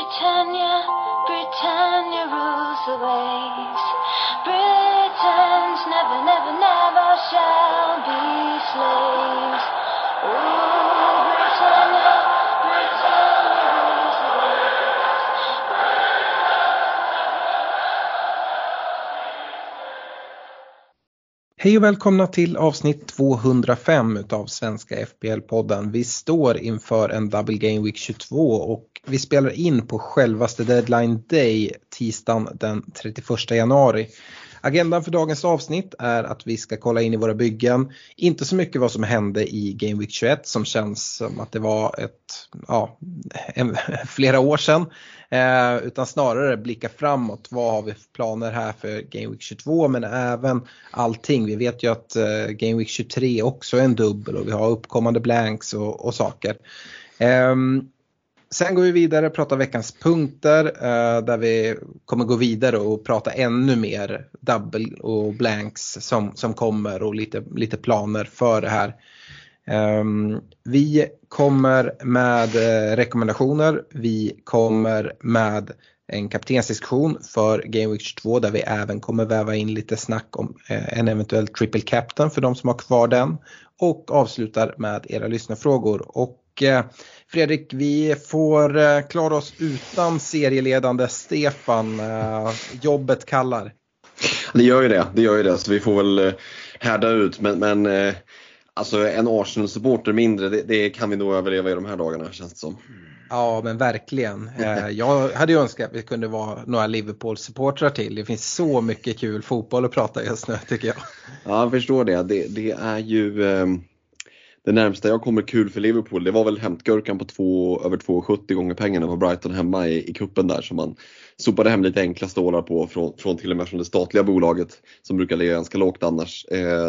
Britannia, Britannia rules the waves. Britons never, never, never shall be slaves. Oh, Britannia, Britannia rules the waves. Hej och välkomna till avsnitt 205 utav Svenska FPL-podden. Vi står inför en Double Game Week 22 och vi spelar in på självaste Deadline Day, tisdagen den 31 januari. Agendan för dagens avsnitt är att vi ska kolla in i våra byggen. Inte så mycket vad som hände i Game Week 21 som känns som att det var flera år sedan. Utan snarare blicka framåt. Vad har vi för planer här för Game Week 22, men även allting. Vi vet ju att Game Week 23 också är en dubbel och vi har uppkommande blanks och saker. Sen går vi vidare och pratar veckans punkter där vi kommer gå vidare och prata ännu mer double och blanks som kommer och lite planer för det här. Vi kommer med rekommendationer, vi kommer med en kaptensdiskussion för Game Week 22 där vi även kommer väva in lite snack om en eventuell triple captain för de som har kvar den och avslutar med era lyssnarfrågor. Och Fredrik, vi får klara oss utan serieledande Stefan. Jobbet kallar. Det gör ju det. Så vi får väl härda ut. Men alltså en Arsenal-supporter mindre, det kan vi nog överleva i de här dagarna, känns det som. Ja, men verkligen. Jag hade ju önskat att vi kunde vara några Liverpool-supportrar till. Det finns så mycket kul fotboll att prata just nu, tycker jag. Ja, jag förstår det. Det är ju... Det närmsta jag kommer kul för Liverpool, det var väl hämtgurkan på över 2,70 gånger pengarna på Brighton hemma i kuppen där, som man sopade hem lite enkla stålar på från till och med från det statliga bolaget som brukar ligga ganska lågt annars.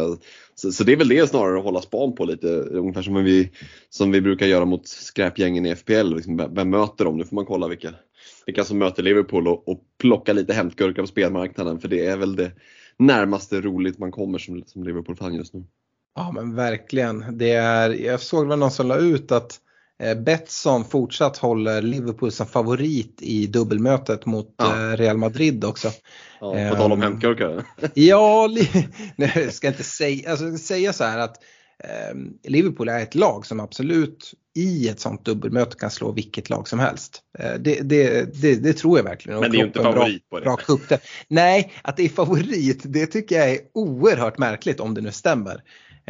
Så det är väl det snarare att hålla span på lite, ungefär som vi brukar göra mot skräpgängen i FPL. Liksom, vem möter dem? Nu får man kolla vilka som möter Liverpool och plocka lite hämtgurka på spelmarknaden, för det är väl det närmaste roligt man kommer som Liverpool-fan just nu. Ja, men verkligen. Jag såg väl någon som la ut att Betsson fortsatt håller Liverpool som favorit i dubbelmötet mot Real Madrid också. Ja, på tal om hämtgurka. Ja, jag ska inte säga så här att Liverpool är ett lag som absolut i ett sånt dubbelmöte kan slå vilket lag som helst. Det tror jag verkligen. Men det är ju inte favorit på det. Nej, att det är favorit, det tycker jag är oerhört märkligt om det nu stämmer.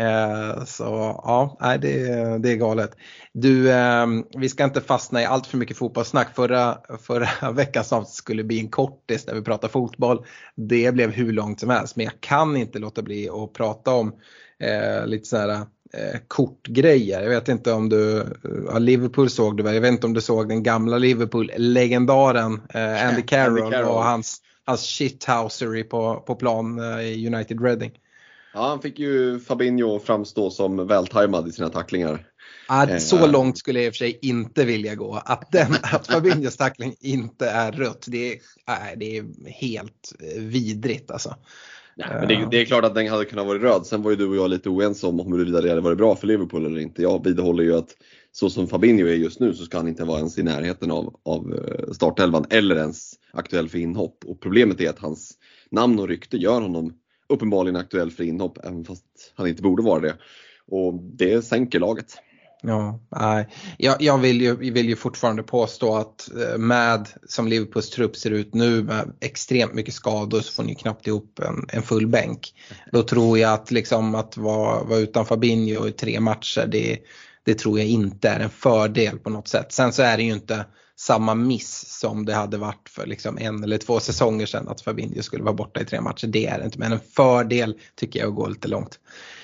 Så ja, det är galet. Du, vi ska inte fastna i allt för mycket fotbollssnack. Förra veckans avsnitt skulle bli en kortis när vi pratar fotboll. Det blev hur långt som helst, men jag kan inte låta bli att prata om lite så här kortgrejer. Jag vet inte om Liverpool såg du väl. Jag vet inte om du såg den gamla Liverpool-legendaren Andy Carroll och hans shithousery på plan i United Reading. Ja, han fick ju Fabinho framstå som vältajmad i sina tacklingar. Så långt skulle jag i och för sig inte vilja gå. Att Fabinhos tackling inte är rött, det är helt vidrigt alltså. Ja, men det är klart att den hade kunnat vara röd. Sen var ju du och jag lite oense om huruvida det hade varit bra för Liverpool eller inte. Jag vidhåller ju att så som Fabinho är just nu så ska han inte vara ens i närheten av startelvan eller ens aktuell för inhopp. Och problemet är att hans namn och rykte gör honom uppenbarligen aktuell för inhopp, även fast han inte borde vara det. Och det sänker laget. Ja, nej. Jag vill ju fortfarande påstå att med som Liverpools trupp ser ut nu med extremt mycket skador så får ni knappt ihop en full bänk. Då tror jag att liksom att vara utan Fabinho i 3 matcher, det tror jag inte är en fördel på något sätt. Sen så är det ju inte samma miss som det hade varit för liksom 1 eller 2 säsonger sedan att Fabinho skulle vara borta i 3 matcher. Det är det inte, men en fördel tycker jag går lite långt.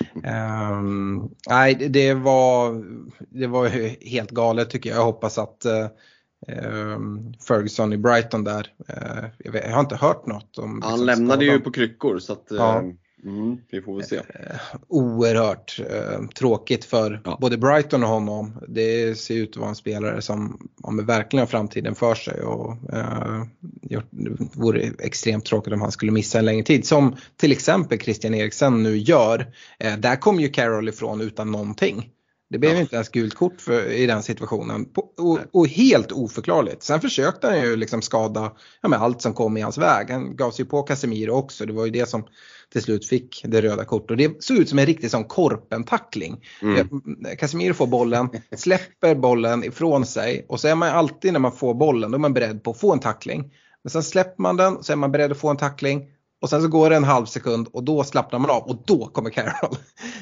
Nej, det var helt galet tycker jag. Jag hoppas att Ferguson i Brighton där, jag har inte hört något om. Han lämnade ju på kryckor så att vi får väl se. Oerhört tråkigt för både Brighton och honom. Det ser ut att vara en spelare som verkligen har framtiden för sig och det vore extremt tråkigt om han skulle missa en längre tid. Som till exempel Christian Eriksen nu gör. Där kom ju Carroll ifrån utan någonting. Det blev inte ens gult kort i den situationen. Och helt oförklarligt. Sen försökte han ju liksom skada allt som kom i hans väg. Han gav sig på Casemiro också. Det var ju det som till slut fick det röda kort. Och det såg ut som en riktig sån korpentackling. Casemiro får bollen, släpper bollen ifrån sig. Och så är man alltid när man får bollen, då är man beredd på att få en tackling. Men sen släpper man den, så är man beredd att få en tackling. Och sen så går det en halv sekund och då slappnar man av. Och då kommer Carroll.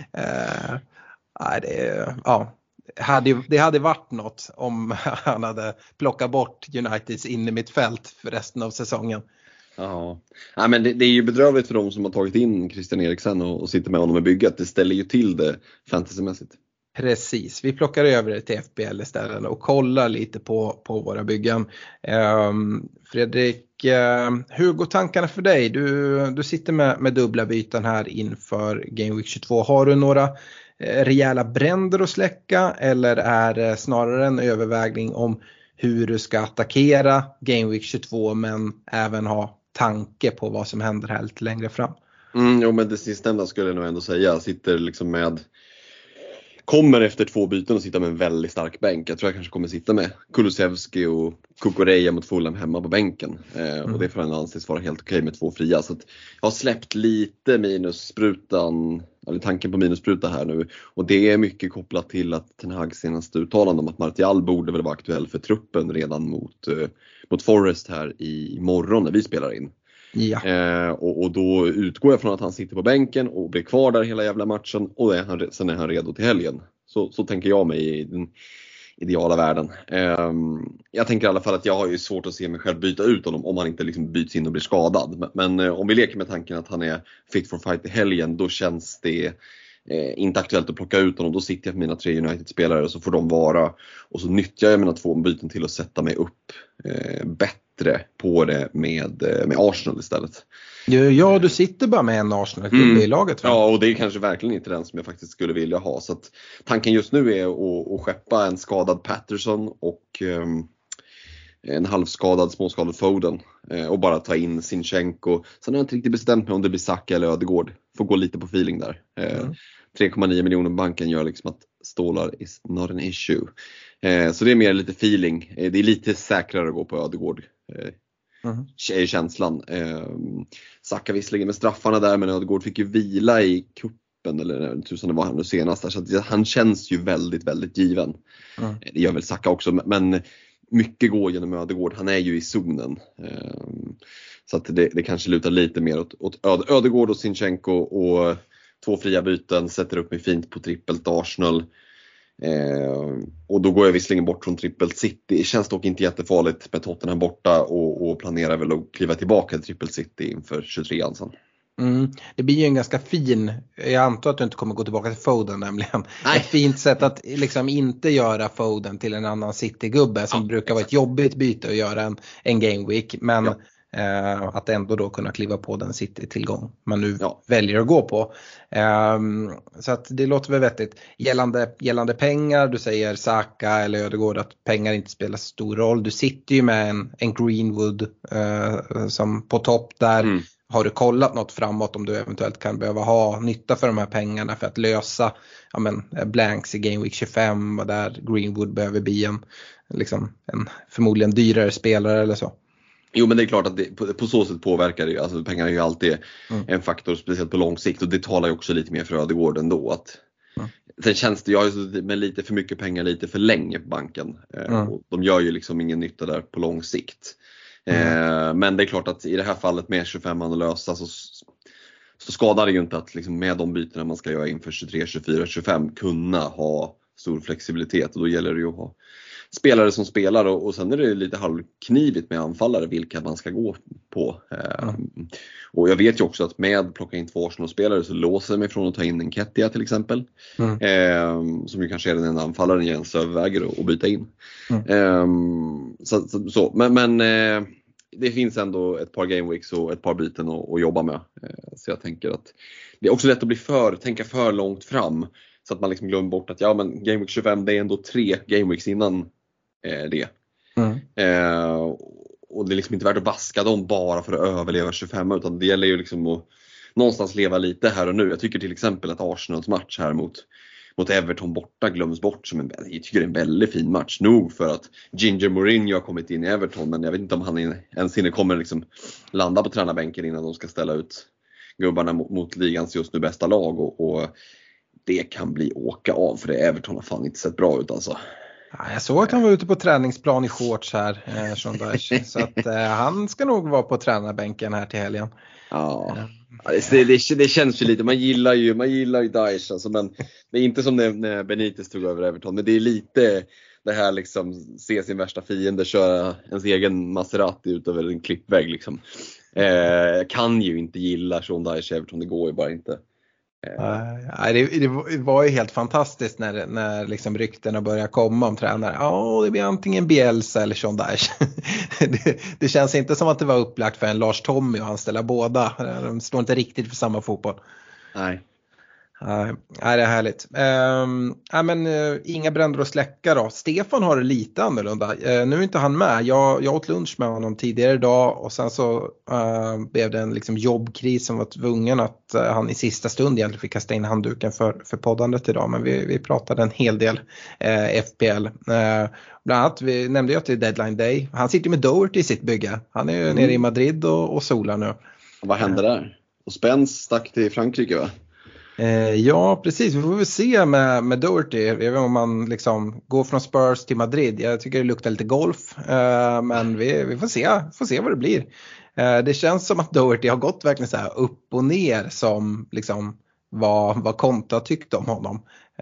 Det hade varit något om han hade plockat bort Uniteds in i mitt fält för resten av säsongen. Ja, men det är ju bedrövligt för de som har tagit in Christian Eriksen och sitter med honom i bygget. Det ställer ju till det fantasymässigt. Precis, vi plockar över det till FBL istället och kollar lite på våra byggen. Fredrik, hur går tankarna för dig? Du sitter med dubbla byten här inför Game Week 22. Har du några rejäla bränder att släcka, eller är det snarare en övervägning om hur du ska attackera Game Week 22 men även ha tanke på vad som händer här lite längre fram? Jo, men det sistnämnda skulle jag nog ändå säga. Jag sitter liksom kommer efter 2 byten och sitta med en väldigt stark bänk. Jag tror jag kanske kommer sitta med Kulusevski och Kukureya mot Fulham hemma på bänken. Och det får ändå anses vara helt okej med 2 fria. Så att jag har släppt lite tanken på minusspruta här nu. Och det är mycket kopplat till att Ten Hag senaste uttalande om att Martial borde väl vara aktuell för truppen redan mot Forest här i morgon när vi spelar in. Ja. Och då utgår jag från att han sitter på bänken och blir kvar där hela jävla matchen, och sen är han redo till helgen. Så tänker jag mig i den ideala världen. Jag tänker i alla fall att jag har ju svårt att se mig själv byta ut honom om han inte liksom byts in och blir skadad. Men om vi leker med tanken att han är fit for fight i helgen, då känns det inte aktuellt att plocka ut honom. Då sitter jag på mina 3 United-spelare och så får de vara. Och så nyttjar jag mina 2 byten till att sätta mig upp bättre på det med Arsenal istället. Ja, du sitter bara med en Arsenal i laget. Va? Ja, och det är kanske verkligen inte den som jag faktiskt skulle vilja ha. Så att tanken just nu är att skeppa en skadad Patterson och en halvskadad, småskadad Foden. Och bara ta in Zinchenko. Sen har jag inte riktigt bestämt mig om det blir Saka eller Ödegård. Får gå lite på feeling där. 3,9 miljoner på banken gör liksom att stålar is not an issue. Så det är mer lite feeling. Det är lite säkrare att gå på Ödegård. Är känslan. Saka visserligen med straffarna där, men Ödegård fick ju vila i kuppen eller tusen det var han nu senast där, så att han känns ju väldigt, väldigt given. Det gör väl Saka också, men mycket går genom Ödegård. Han är ju i zonen. Så att det kanske lutar lite mer åt Ödegård och Zinchenko, och 2 fria byten, sätter upp mig fint på trippelt Arsenal. Och då går jag visserligen bort från trippelt City. Det känns dock inte jättefarligt med Tottenham borta, och planerar väl att kliva tillbaka till trippelt City inför 23an sen. Det blir ju en ganska fin, jag antar att du inte kommer gå tillbaka till Foden nämligen. Nej. Ett fint sätt att liksom inte göra Foden till en annan City-gubbe som brukar vara ett jobbigt byte att göra en game week, men att ändå då kunna kliva på den City-tillgång man nu väljer att gå på. Så att det låter väl vettigt. Gällande pengar, du säger Saka eller Ödegård att pengar inte spelar stor roll. Du sitter ju med en Greenwood som på topp där. Har du kollat något framåt om du eventuellt kan behöva ha nytta för de här pengarna för att lösa blanks i Game Week 25, och där Greenwood behöver bli en förmodligen dyrare spelare eller så? Jo, men det är klart att det på så sätt påverkar det ju. Alltså pengar är ju alltid en faktor, speciellt på lång sikt, och det talar ju också lite mer för Ödegård ändå. Att sen känns det, jag har med lite för mycket pengar lite för länge på banken. Och de gör ju liksom ingen nytta där på lång sikt. Men det är klart att i det här fallet med 25 man att lösa, så skadar det ju inte att liksom med de bytena man ska göra inför 23, 24, 25 kunna ha stor flexibilitet. Och då gäller det ju att ha spelare som spelar, och sen är det lite halvknivigt med anfallare vilka man ska gå på. Och jag vet ju också att med plocka in 2 Arsenal-spelare så låser jag mig från att ta in en Kettia till exempel. Som ju kanske är den enda anfallaren Jens överväger att byta in. Men det finns ändå ett par game weeks och ett par byten att jobba med. Så jag tänker att det är också lätt att tänka för långt fram, så att man liksom glömmer bort att Game Week 25 det är ändå 3 Game Weeks innan det. Och det är liksom inte värt att vaska dem bara för att överleva 25, utan det gäller ju liksom att någonstans leva lite här och nu. Jag tycker till exempel att Arsenals match här mot Everton borta glöms bort som jag tycker det är en väldigt fin match. Nog för att Ginger Mourinho har kommit in i Everton, men jag vet inte om han ens kommer liksom landa på tränarbänken innan de ska ställa ut gubbarna mot ligans just nu bästa lag, och det kan bli åka av, för det Everton har fan inte sett bra ut alltså. Jag såg att han var ute på träningsplan i shorts här, Sean Dyche. Så att han ska nog vara på tränarbänken här till helgen. Ja, det känns ju lite, man gillar ju Dyche alltså, men det är inte som när Benitez tog över Everton, men det är lite det här liksom, se sin värsta fiende köra ens egen Maserati ut över en klippväg liksom. Jag kan ju inte gilla Sean Dyche Everton, det går ju bara inte. Det var ju helt fantastiskt när liksom ryktena började komma om tränare. Det blir antingen Bielsa eller Sean Dyche. det känns inte som att det var upplagt för en Lars Tommy och anställa båda. De står inte riktigt för samma fotboll. Nej. Det är härligt. Inga bränder och släcka då. Stefan har det lite annorlunda. Nu är inte han med. Jag åt lunch med honom tidigare idag, och sen så blev det en liksom jobbkris som var tvungen att han i sista stund egentligen fick kasta in handduken för poddandet idag. Men vi pratade en hel del FPL. Bland annat, vi nämnde ju att det är deadline day. Han sitter med Doherty i sitt bygge. Han är ju nere i Madrid och solar nu. Vad hände där? Och Spence stack till Frankrike, va? Ja, precis. Vi får väl se med Doherty. Jag vet inte om man liksom går från Spurs till Madrid. Jag tycker det luktar lite golf. Men vi får se vad det blir. Det känns som att Doherty har gått verkligen så här upp och ner som liksom vad Conte tyckte om honom.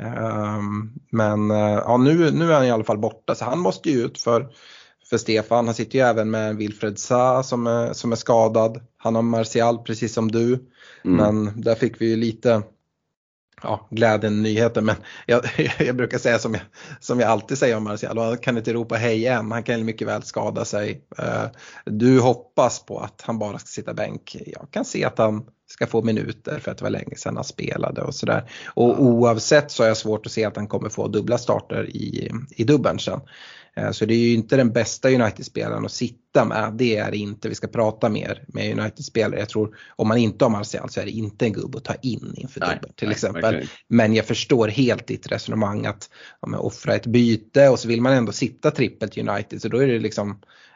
Men nu är han i alla fall borta. Så han måste ju ut för Stefan. Han sitter ju även med Wilfred Zaha som är skadad. Han har Martial precis som du. Men där fick vi ju lite glädjen nyheter, men jag brukar säga som jag alltid säger om Martial, han kan inte ropa hej än, han kan mycket väl skada sig. Du hoppas på att han bara ska sitta bänk. Jag kan se att han ska få minuter för att det var länge sedan han spelade och sådär. Och oavsett så är jag svårt att se att han kommer få dubbla starter i dubbeln sen. Så det är ju inte den bästa United-spelaren att sitta med. Det är inte, vi ska prata mer med United-spelare. Jag tror om man inte har Martial så är det inte en gubb att ta in inför dubbeln till exempel. Verkligen. Men jag förstår helt ditt resonemang att om man offrar ett byte och så vill man ändå sitta trippelt United, så då är det liksom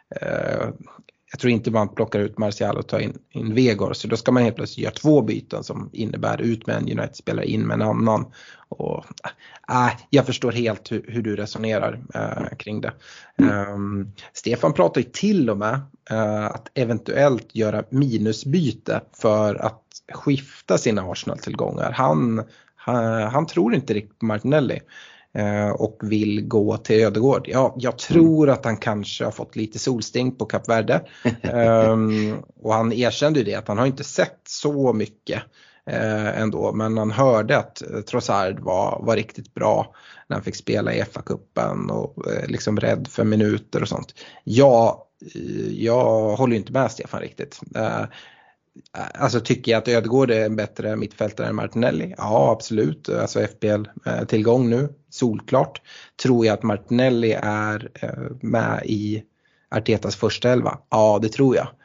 jag tror inte man plockar ut Martial och tar in Vegor, så då ska man helt plötsligt göra 2 byten som innebär ut med en United-spelare, in med en annan. Och jag förstår helt hur du resonerar kring det. Stefan pratar ju till och med att eventuellt göra minusbyte för att skifta sina Arsenal-tillgångar. Han tror inte riktigt på Martinelli och vill gå till Ödegård. Jag tror att han kanske har fått lite solsting på Kap Verde. Och han erkände ju det, att han har inte sett så mycket ändå, men han hörde att Trossard var riktigt bra när han fick spela i FA-cupen och liksom rädd för minuter och sånt. Jag håller inte med Stefan riktigt. Alltså tycker jag att Ödegård är en bättre mittfältare än Martinelli? Ja, absolut. Alltså FPL-tillgång nu, solklart. Tror jag att Martinelli är med i Artetas första 11? Ja, det tror jag.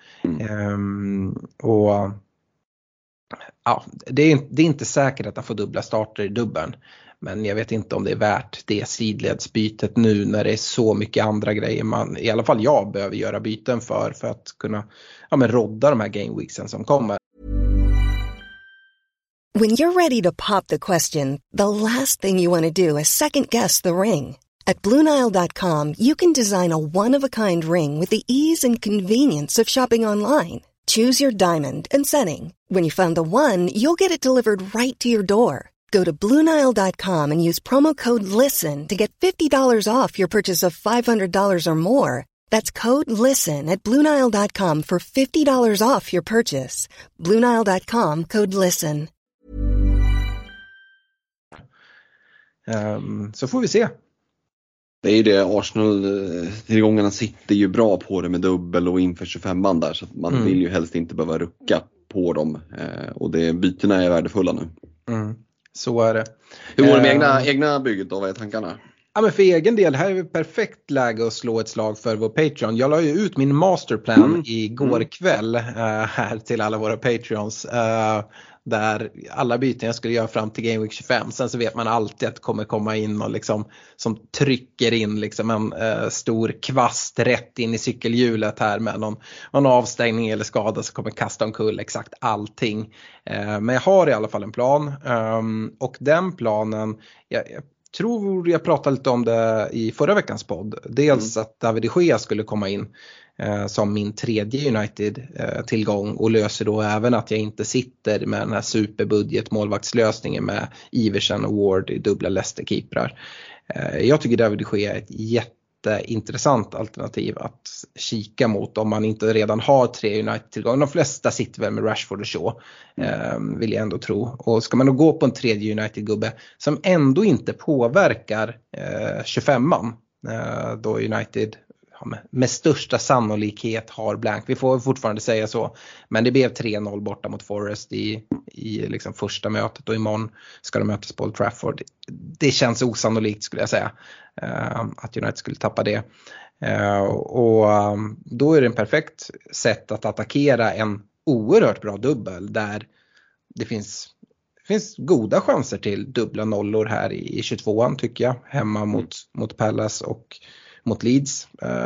Det är inte säkert att han får dubbla starter i dubbeln. Men jag vet inte om det är värt det sidledsbytet nu när det är så mycket andra grejer i alla fall jag behöver göra byten för att kunna rodda de här gameweeksen som kommer. When you're ready to pop the question, the last thing you want to do is second guess the ring. At BlueNile.com you can design a one-of-a-kind ring with the ease and convenience of shopping online. Choose your diamond and setting. When you find the one, you'll get it delivered right to your door. Go to BlueNile.com and use promo code LISTEN to get $50 off your purchase of $500 or more. That's code LISTEN at BlueNile.com for $50 off your purchase. BlueNile.com, code LISTEN. Så får vi se. Det är ju det, Arsenal-tillgångarna sitter ju bra på det med dubbel och inför 25an där, så att man vill ju helst inte behöva rucka på dem. Och bytena är värdefulla nu. Så är det. Hur går det med egna bygget då? Vad är tankarna? Ja, men för egen del, här är det perfekt läge att slå ett slag för vår Patreon. Jag la ju ut min masterplan igår kväll här till alla våra Patreons. där alla byten jag skulle göra fram till Game Week 25. Sen så vet man alltid att det kommer komma in och liksom, som trycker in liksom en stor kvast rätt in i cykelhjulet här med någon avstängning eller skada som kommer kasta omkull exakt allting. Men jag har i alla fall en plan, och den planen, jag tror jag pratade lite om det i förra veckans podd. Dels att David de Gea skulle komma in som min tredje United-tillgång, och löser då även att jag inte sitter med den här superbudget målvaktslösningen med Iversen och Ward i dubbla Leicester-keeprar. Jag tycker David de Gea är ett jätteintressant alternativ att kika mot om man inte redan har 3 United-tillgångar. De flesta sitter väl med Rashford och Shaw, vill jag ändå tro. Och ska man då gå på en tredje United-gubbe som ändå inte påverkar 25man, då United med största sannolikhet har blank. Vi får fortfarande säga så. Men det blev 3-0 borta mot Forest i liksom första mötet, och imorgon ska de mötas på Old Trafford. Det känns osannolikt, skulle jag säga, att United skulle tappa det. Och då är det en perfekt sätt att attackera en oerhört bra dubbel där det finns goda chanser till dubbla nollor här i 22an, tycker jag. Hemma mot Palace och mot Leeds.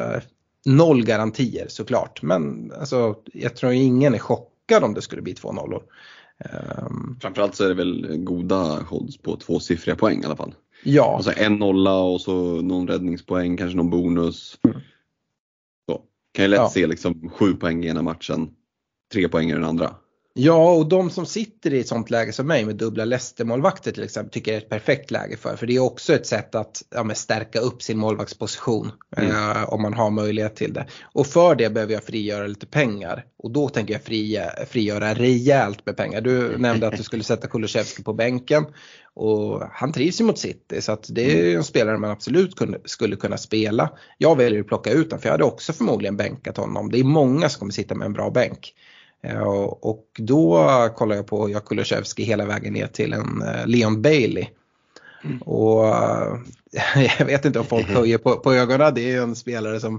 0 garantier såklart, men alltså, jag tror ingen är chockad om det skulle bli 2 nollor. Framförallt så är det väl goda odds på 2-siffriga poäng i alla fall. Ja. Alltså 1 nolla och så någon räddningspoäng, kanske någon bonus. Så kan jag lätt se liksom 7 poäng i ena matchen, 3 poäng i den andra. Ja, och de som sitter i ett sånt läge som mig med dubbla Leicester-målvakter till exempel, tycker jag är ett perfekt läge för det är också ett sätt att stärka upp sin målvaktsposition om man har möjlighet till det. Och för det behöver jag frigöra lite pengar, och då tänker jag frigöra rejält med pengar. Du nämnde att du skulle sätta Kulusevski på bänken, och han trivs ju mot City, så att det är en spelare man absolut skulle kunna spela. Jag väljer att plocka ut honom, för jag hade också förmodligen bänkat honom. Det är många som kommer sitta med en bra bänk. Och då kollar jag på Kulusevski hela vägen ner till en Leon Bailey. Och jag vet inte om folk höjer på ögonen. Det är ju en spelare som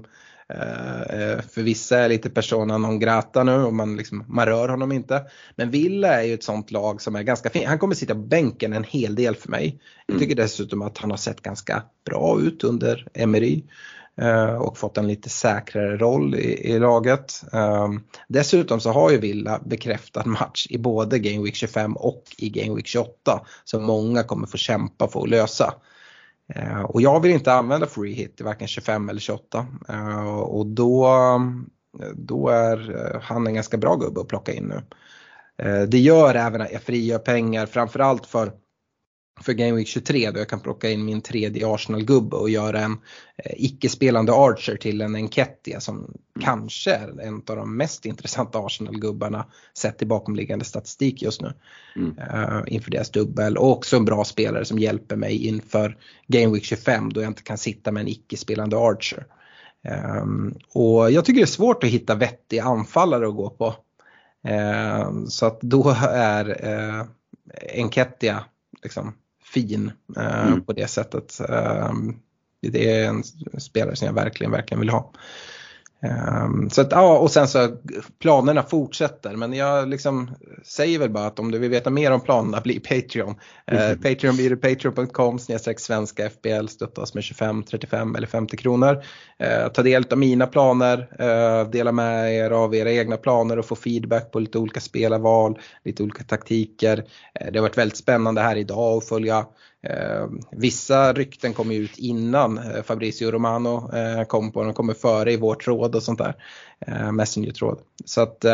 för vissa är lite persona non grata nu, och man rör honom inte. Men Villa är ju ett sånt lag som är ganska fint. Han kommer sitta på bänken en hel del för mig. Jag tycker dessutom att han har sett ganska bra ut under Emery. Och fått en lite säkrare roll i laget. Dessutom så har ju Villa bekräftad match i både Game Week 25 och i Game Week 28. Så många kommer få kämpa för att lösa. Och jag vill inte använda free hit i varken 25 eller 28. Och då är han en ganska bra gubbe att plocka in nu. Det gör även att jag frigör pengar, framförallt för Game Week 23, då jag kan plocka in min tredje Arsenal-gubbe och göra en icke-spelande Archer till en Nketiah, som kanske är en av de mest intressanta Arsenal-gubbarna sett i bakomliggande statistik just nu inför deras dubbel. Och också en bra spelare som hjälper mig inför Game Week 25, då jag inte kan sitta med en icke-spelande Archer. Och jag tycker det är svårt att hitta vettiga anfallare att gå på. Så att då är Nketiah liksom fin på det sättet. Det är en spelare som jag verkligen vill ha. Så att, och sen så planerna fortsätter, men jag säger väl bara att om du vill veta mer om planerna, bli Patreon. Patreon blir det patreon.com/svenska FBL, stötta oss med 25, 35 eller 50 kronor. Ta del av mina planer, dela med er av era egna planer och få feedback på lite olika spelarval, lite olika taktiker. Det har varit väldigt spännande här idag att följa. Vissa rykten kom ut innan Fabrizio Romano kom på, de kommer före i vårt råd och sånt där, Messenger-tråd. Så att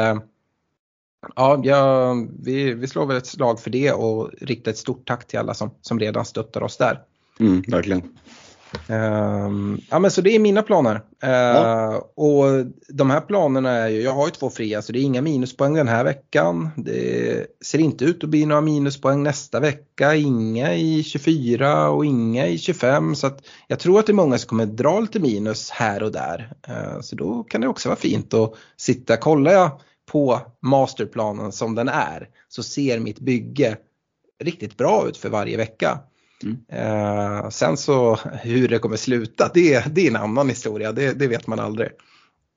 vi slår väl ett slag för det och riktar ett stort tack till alla som redan stöttar oss där. Verkligen. Men så det är mina planer. Och de här planerna är ju, jag har ju 2 fria, så det är inga minuspoäng den här veckan. Det ser inte ut att bli några minuspoäng nästa vecka. Inga i 24 och inga i 25. Så att jag tror att det är många som kommer dra lite minus här och där. Så då kan det också vara fint att sitta. Kollar jag på masterplanen som den är, så ser mitt bygge riktigt bra ut för varje vecka. Sen så hur det kommer sluta, det är en annan historia, det vet man aldrig.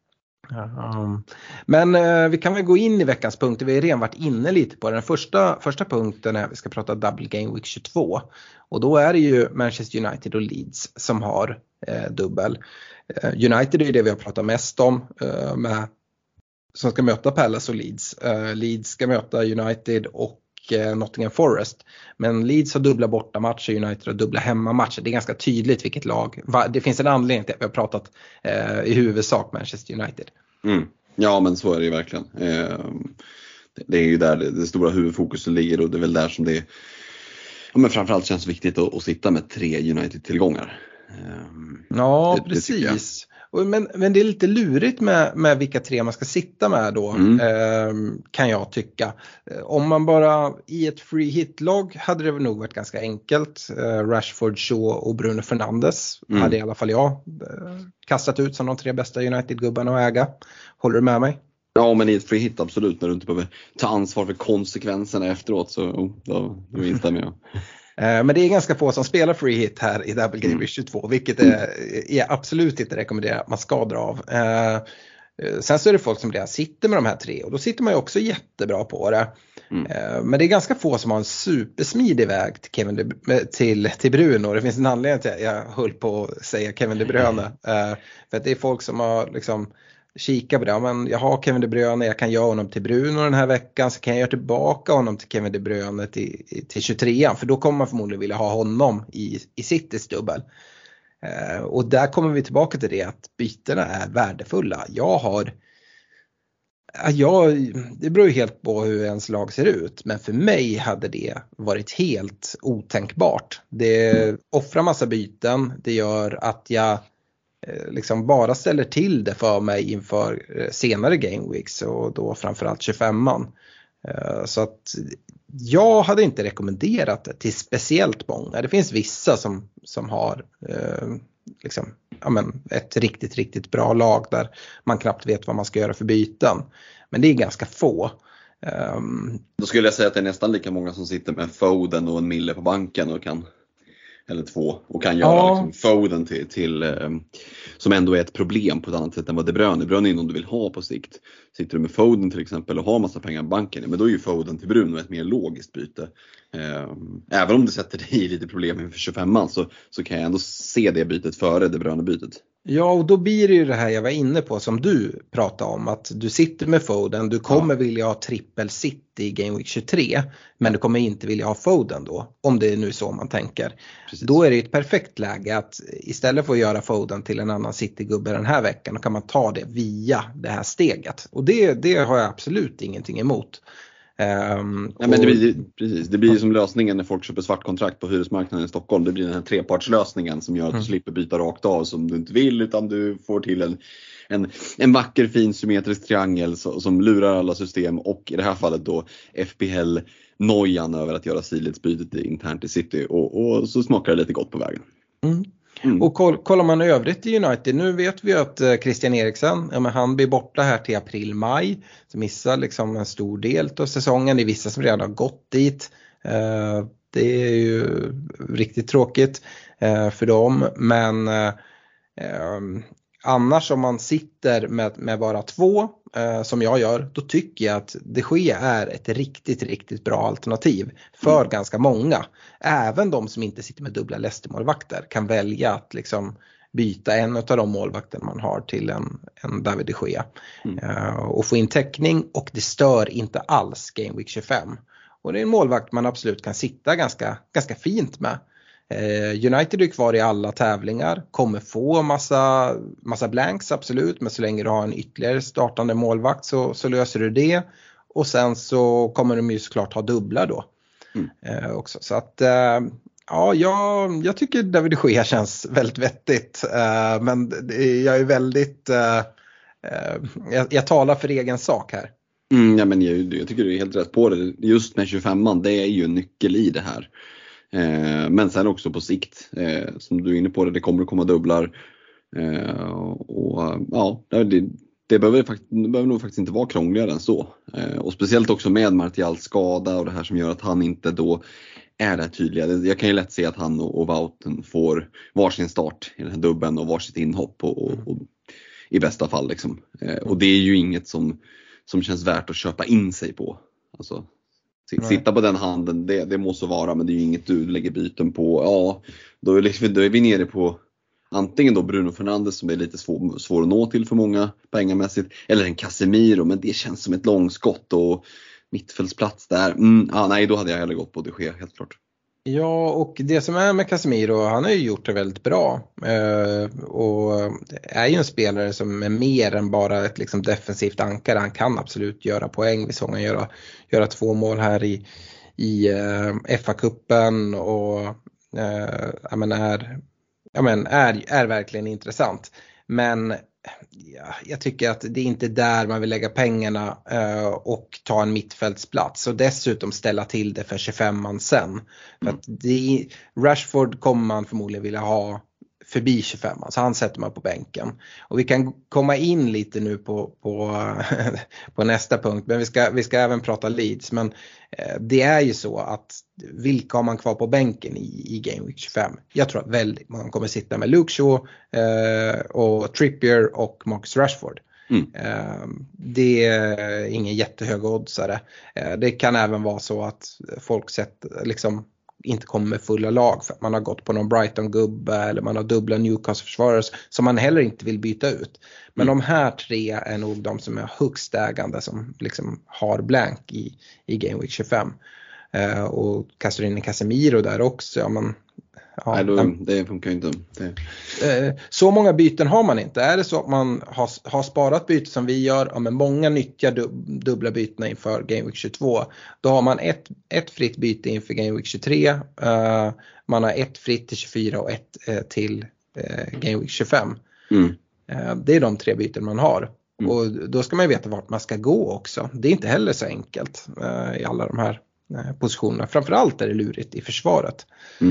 Men vi kan väl gå in i veckans punkter. Vi har redan varit inne lite på den. Första punkten är att vi ska prata Double Game Week 22. Och då är det ju Manchester United och Leeds som har dubbel. United är ju det vi har pratat mest om som ska möta Palace och Leeds. Leeds ska möta United och Nottingham Forest. Men Leeds har dubbla bortamatcher, United har dubbla hemmamatcher. Det är ganska tydligt vilket lag. Det finns en anledning till att vi har pratat i huvudsak Manchester United. Ja, men så är det ju verkligen. Det är ju där det stora huvudfokuset ligger, och det är väl där som det men framförallt känns viktigt att sitta med 3 United-tillgångar. Ja, precis. Men det är lite lurigt med vilka 3 man ska sitta med då, kan jag tycka. Om man bara i ett free hit-lag hade det nog varit ganska enkelt. Rashford, Shaw och Bruno Fernandes hade i alla fall jag kastat ut som de 3 bästa United-gubbarna att äga. Håller du med mig? Ja, men i ett free hit absolut, när du inte behöver ta ansvar för konsekvenserna efteråt, så då instämmer jag. Men det är ganska få som spelar free hit här i Double Game Week 22, vilket är absolut inte rekommenderat att man ska dra av. Sen så är det folk som redan sitter med de här 3, och då sitter man ju också jättebra på det. Men det är ganska få som har en supersmidig väg till Bruno. Det finns en anledning till att jag höll på att säga Kevin De Bruyne. För att det är folk som har liksom kika på det. Men jag har Kevin De Bruyne, jag kan göra honom till Bruno den här veckan, så kan jag göra tillbaka honom till Kevin De Bruyne till 23an, för då kommer man förmodligen vilja ha honom i Citys dubbel. Och där kommer vi tillbaka till det, att bytena är värdefulla. Det beror ju helt på hur ens lag ser ut, men för mig hade det varit helt otänkbart. Det offrar massa byten, det gör att jag liksom bara ställer till det för mig inför senare game weeks, och då framförallt 25an. Så att jag hade inte rekommenderat det till speciellt många. Det finns vissa som har liksom, ett riktigt, riktigt bra lag där man knappt vet vad man ska göra för byten. Men det är ganska få. Då skulle jag säga att det är nästan lika många som sitter med Foden och en mille på banken och kan, eller 2, och kan göra liksom Foden till som ändå är ett problem på ett annat sätt än vad De Bruyne är någon du vill ha på sikt. Sitter du med Foden till exempel och har massa pengar i banken, men då är ju Foden till Bruno ett mer logiskt byte. Även om det sätter dig i lite problem inför 25an, så kan jag ändå se det bytet före De Bruyne-bytet. Ja, och då blir det ju det här jag var inne på som du pratade om, att du sitter med Foden, du kommer vilja ha trippel City i Game Week 23, men du kommer inte vilja ha Foden då, om det är nu så man tänker. Precis. Då är det ett perfekt läge att istället för att göra Foden till en annan City-gubbe den här veckan, då kan man ta det via det här steget. Och det har jag absolut ingenting emot. Men det blir som lösningen när folk köper svartkontrakt på hyresmarknaden i Stockholm. Det blir den här trepartslösningen som gör att du slipper byta rakt av som du inte vill, utan du får till en vacker fin symmetrisk triangel som lurar alla system, och i det här fallet då FPL-nojan över att göra sidledsbytet internt i City, och så smakar det lite gott på vägen. Och kollar man övrigt i United, nu vet vi att Christian Eriksen, han blir borta här till april-maj, så missar liksom en stor del av säsongen. Det är vissa som redan har gått dit. Det är ju riktigt tråkigt för dem, men annars om man sitter med bara 2 som jag gör, då tycker jag att De Gea är ett riktigt, riktigt bra alternativ för ganska många. Även de som inte sitter med dubbla Leicester-målvakter kan välja att liksom byta en av de målvakter man har till en David De Gea och få in täckning, och det stör inte alls Game Week 25. Och det är en målvakt man absolut kan sitta ganska fint med. United är kvar i alla tävlingar, kommer få massa blanks absolut, men så länge du har en ytterligare startande målvakt så löser du det, och sen så kommer de ju såklart ha dubbla då också. Så att jag tycker David De Gea känns väldigt vettigt, men jag är väldigt jag talar för egen sak här. Ja, men jag tycker du är helt rätt på det. Just med 25an, det är ju en nyckel i det här. Men sen också på sikt, som du är inne på, det kommer att komma dubblar. Det behöver nog faktiskt inte vara krångligare än så. Och speciellt också med Martials skada och det här som gör att han inte då är det tydliga. Jag kan ju lätt se att han och Wouten får varsin start i den här dubben och varsitt inhopp. Och i bästa fall liksom. Och det är ju inget som känns värt att köpa in sig på. Alltså, sitta på den handen, det måste vara, men det är ju inget du lägger byten på. Ja, då är vi nere på antingen då Bruno Fernandes som är lite svår att nå till för många pengamässigt, eller en Casemiro, men det känns som ett långskott och mittfältsplats där. Nej, då hade jag hellre gått på De Gea, helt klart. Ja, och det som är med Casemiro, han har ju gjort det väldigt bra och är ju en spelare som är mer än bara ett liksom defensivt ankare. Han kan absolut göra poäng, vi såg han göra 2 mål här i FA-cupen och är verkligen intressant. Men jag tycker att det är inte där man vill lägga pengarna och ta en mittfältsplats och dessutom ställa till det för 25man sen. För att Rashford kommer man förmodligen vilja ha förbi 25, så han sätter man på bänken. Och vi kan komma in lite nu på nästa punkt, men vi ska även prata Leeds. Men det är ju så att vilka har man kvar på bänken i Game Week 25? Jag tror att väldigt många kommer sitta med Luke Shaw och Trippier och Marcus Rashford. Det är ingen jättehög oddsare. Det kan även vara så att folk liksom inte kommer med fulla lag för att man har gått på någon Brighton-gubbe eller man har dubbla Newcastle-försvarare som man heller inte vill byta ut. Men de här 3 är nog de som är högst ägande som liksom har blank i Game Week 25. Och kastar in en Casemiro där också. Ja, men, nej, det funkar ju inte. Så många byten har man inte. Är det så att man har sparat byten som vi gör, ja, men många nyttjar dubbla byten inför Game Week 22. Då har man ett fritt byte inför Game Week 23. Man har ett fritt till 24 och ett till Game Week 25. Det är de 3 byten man har. Och då ska man ju veta vart man ska gå också. Det är inte heller så enkelt i alla de här positionerna. Framförallt är det lurigt i försvaret.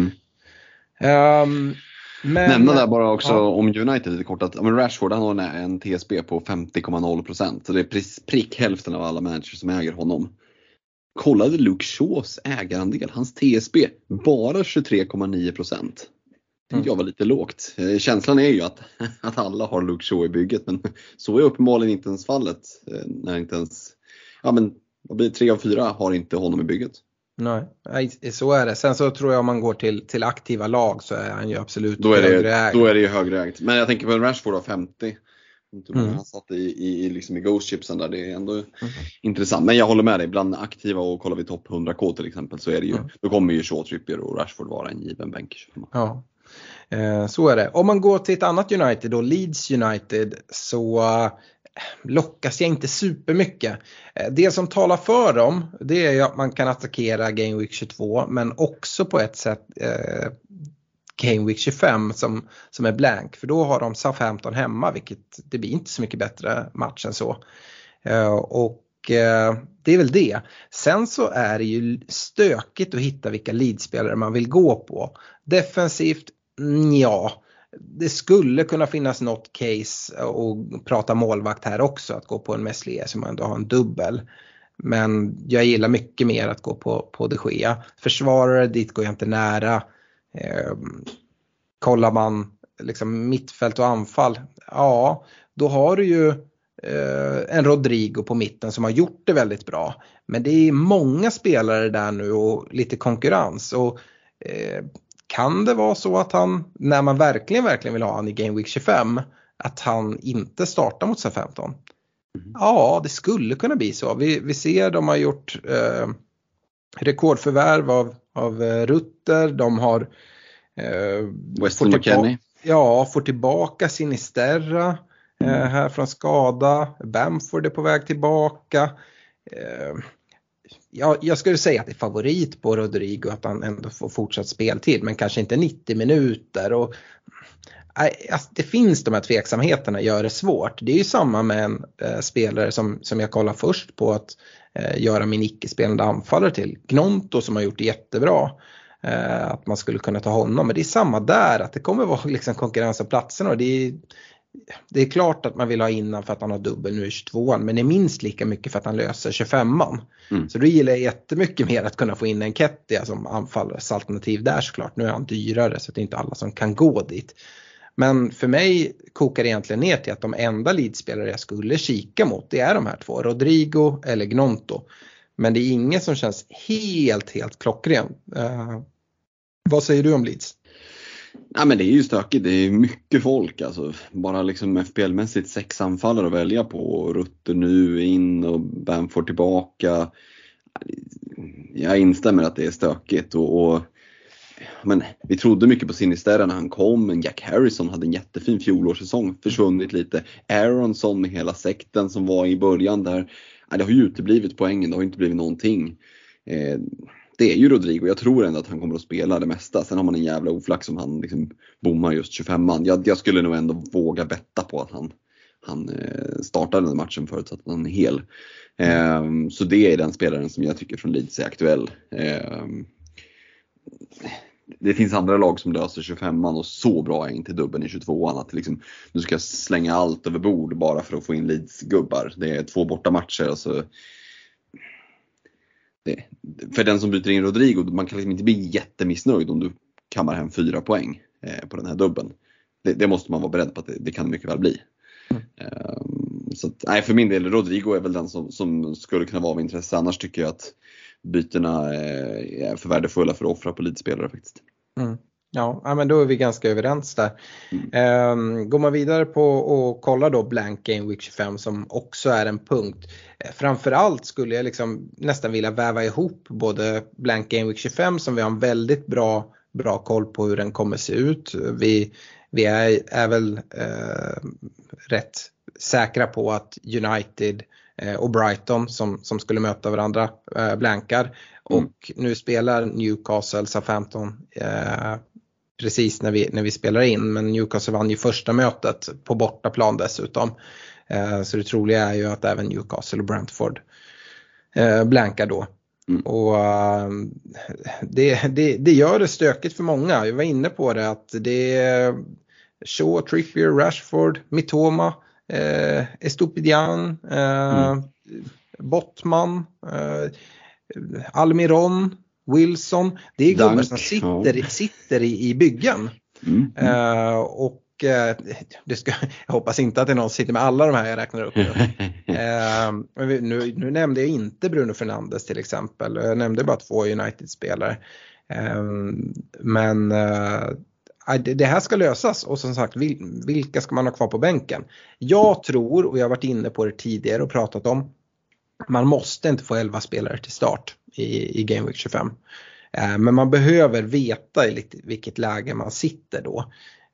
Nämna där bara också om United lite kort att Rashford, han har en TSB på 50,0%, så det är prick hälften av alla managers som äger honom. Kollade Luke Shaws ägarandel, hans TSB bara 23,9%. Det tycker jag var lite lågt. Känslan är ju att alla har Luke Shaw i bygget, men så är uppenbarligen inte ens fallet när inte ens, vad blir 3 av 4 har inte honom i bygget. Nej, så är det. Sen så tror jag om man går till aktiva lag så är han ju absolut då är det ju högre ägt. Men jag tänker på en Rashford av 50. Han satt i liksom i Ghost Chipsen där, det är ändå intressant. Men jag håller med dig, bland aktiva och kollar vi topp 100k till exempel så är det ju, då kommer ju Shaw, Trippier och Rashford vara en given bänk. Ja, så är det. Om man går till ett annat United då, Leeds United, så lockas jag inte supermycket. Det som talar för dem, det är ju att man kan attackera Game Week 22, men också på ett sätt Game Week 25 som är blank, för då har de Southampton hemma, vilket det blir inte så mycket bättre match än så. Och det är väl det. Sen så är det ju stökigt att hitta vilka Leeds-spelare man vill gå på. Defensivt, ja. Det skulle kunna finnas något case och prata målvakt här också, att gå på en Meslier som ändå har en dubbel. Men jag gillar mycket mer att gå på De Gea. Försvarare, dit går jag inte nära. Kollar man liksom mittfält och anfall, ja, då har du ju en Rodrigo på mitten som har gjort det väldigt bra. Men det är många spelare där nu och lite konkurrens. Och kan det vara så att han, när man verkligen vill ha han i Game Week 25, att han inte startar mot Southampton? Ja, det skulle kunna bli så. Vi ser de har gjort rekordförvärv av Rutter. De har Weston McKennie. Får tillbaka Sinisterra här från skada. Bamford är på väg tillbaka. Jag skulle säga att det är favorit på Rodrigo, att han ändå får fortsatt speltid, men kanske inte 90 minuter. Och det finns de här tveksamheterna, gör det svårt. Det är ju samma med en spelare som jag kollar först på att göra min icke-spelande anfallare till. Gnonto, som har gjort det jättebra. Att man skulle kunna ta honom. Men det är samma där, att det kommer vara liksom konkurrens om platserna. Och det är klart att man vill ha innan för att han har dubbel nu i 22an. Men det är minst lika mycket för att han löser 25an. Så då gillar jag jättemycket mer att kunna få in en Kettia som anfallsalternativ där såklart. Nu är han dyrare, så det är inte alla som kan gå dit. Men för mig kokar det egentligen ner till att de enda Leeds-spelare jag skulle kika mot, det är de här två, Rodrigo eller Gnonto. Men det är inget som känns helt klockren. Vad säger du om Leeds? Ja, men det är ju stökigt, det är mycket folk alltså. Bara liksom FPL-mässigt 6 anfallare att välja på. Rutter nu in och Bamford tillbaka. Jag instämmer att det är stökigt men vi trodde mycket på Sinisterra när han kom. Men Jack Harrison hade en jättefin fjolårssäsong, försvunnit lite. Aronson med hela sekten som var i början där. Det har ju uteblivit poängen, det har inte blivit någonting. Det är ju Rodrigo, jag tror ändå att han kommer att spela det mesta. Sen har man en jävla oflax som han liksom bommar just 25-man. Jag skulle nog ändå våga betta på att han startar den matchen förutsatt att han är hel. Så det är den spelaren som jag tycker från Leeds är aktuell. Det finns andra lag som löser 25-man och så bra är inte dubbeln i 22an att liksom, du ska slänga allt över bord bara för att få in Leeds-gubbar. Det är 2 borta matcher och så... För den som byter in Rodrigo, man kan liksom inte bli jättemissnöjd om du kammar hem 4 poäng på den här dubben. Det måste man vara beredd på att det kan mycket väl bli. Så att, nej, för min del, Rodrigo är väl den som skulle kunna vara av intresse. Annars tycker jag att bytena är för värdefulla för att offra på Leeds-spelare faktiskt. Ja, men då är vi ganska överens där. Går man vidare på och kollar då Blank Game Week 25 som också är en punkt. Framförallt skulle jag liksom nästan vilja väva ihop både Blank Game Week 25 som vi har en väldigt bra koll på hur den kommer se ut. Vi är väl rätt säkra på att United och Brighton som skulle möta varandra blankar. Och nu spelar Newcastle Southampton precis när vi spelar in. Men Newcastle vann ju första mötet på bortaplan dessutom. Så det troliga är ju att även Newcastle och Brentford blankar då. Och det gör det stökigt för många. Jag var inne på det att det är Shaw, Trippier, Rashford, Mitoma, Estupiñán, Botman, Almiron, Wilson. Det är gubbar som sitter i byggen. Och jag hoppas inte att det är någon som sitter med alla de här jag räknar upp nu. Nu nämnde jag inte Bruno Fernandes till exempel. Jag nämnde bara 2 United-spelare. Men det här ska lösas. Och som sagt, vilka ska man ha kvar på bänken? Jag tror, och jag har varit inne på det tidigare och pratat om, man måste inte få 11 spelare till start i Game Week 25. Men man behöver veta i vilket läge man sitter då.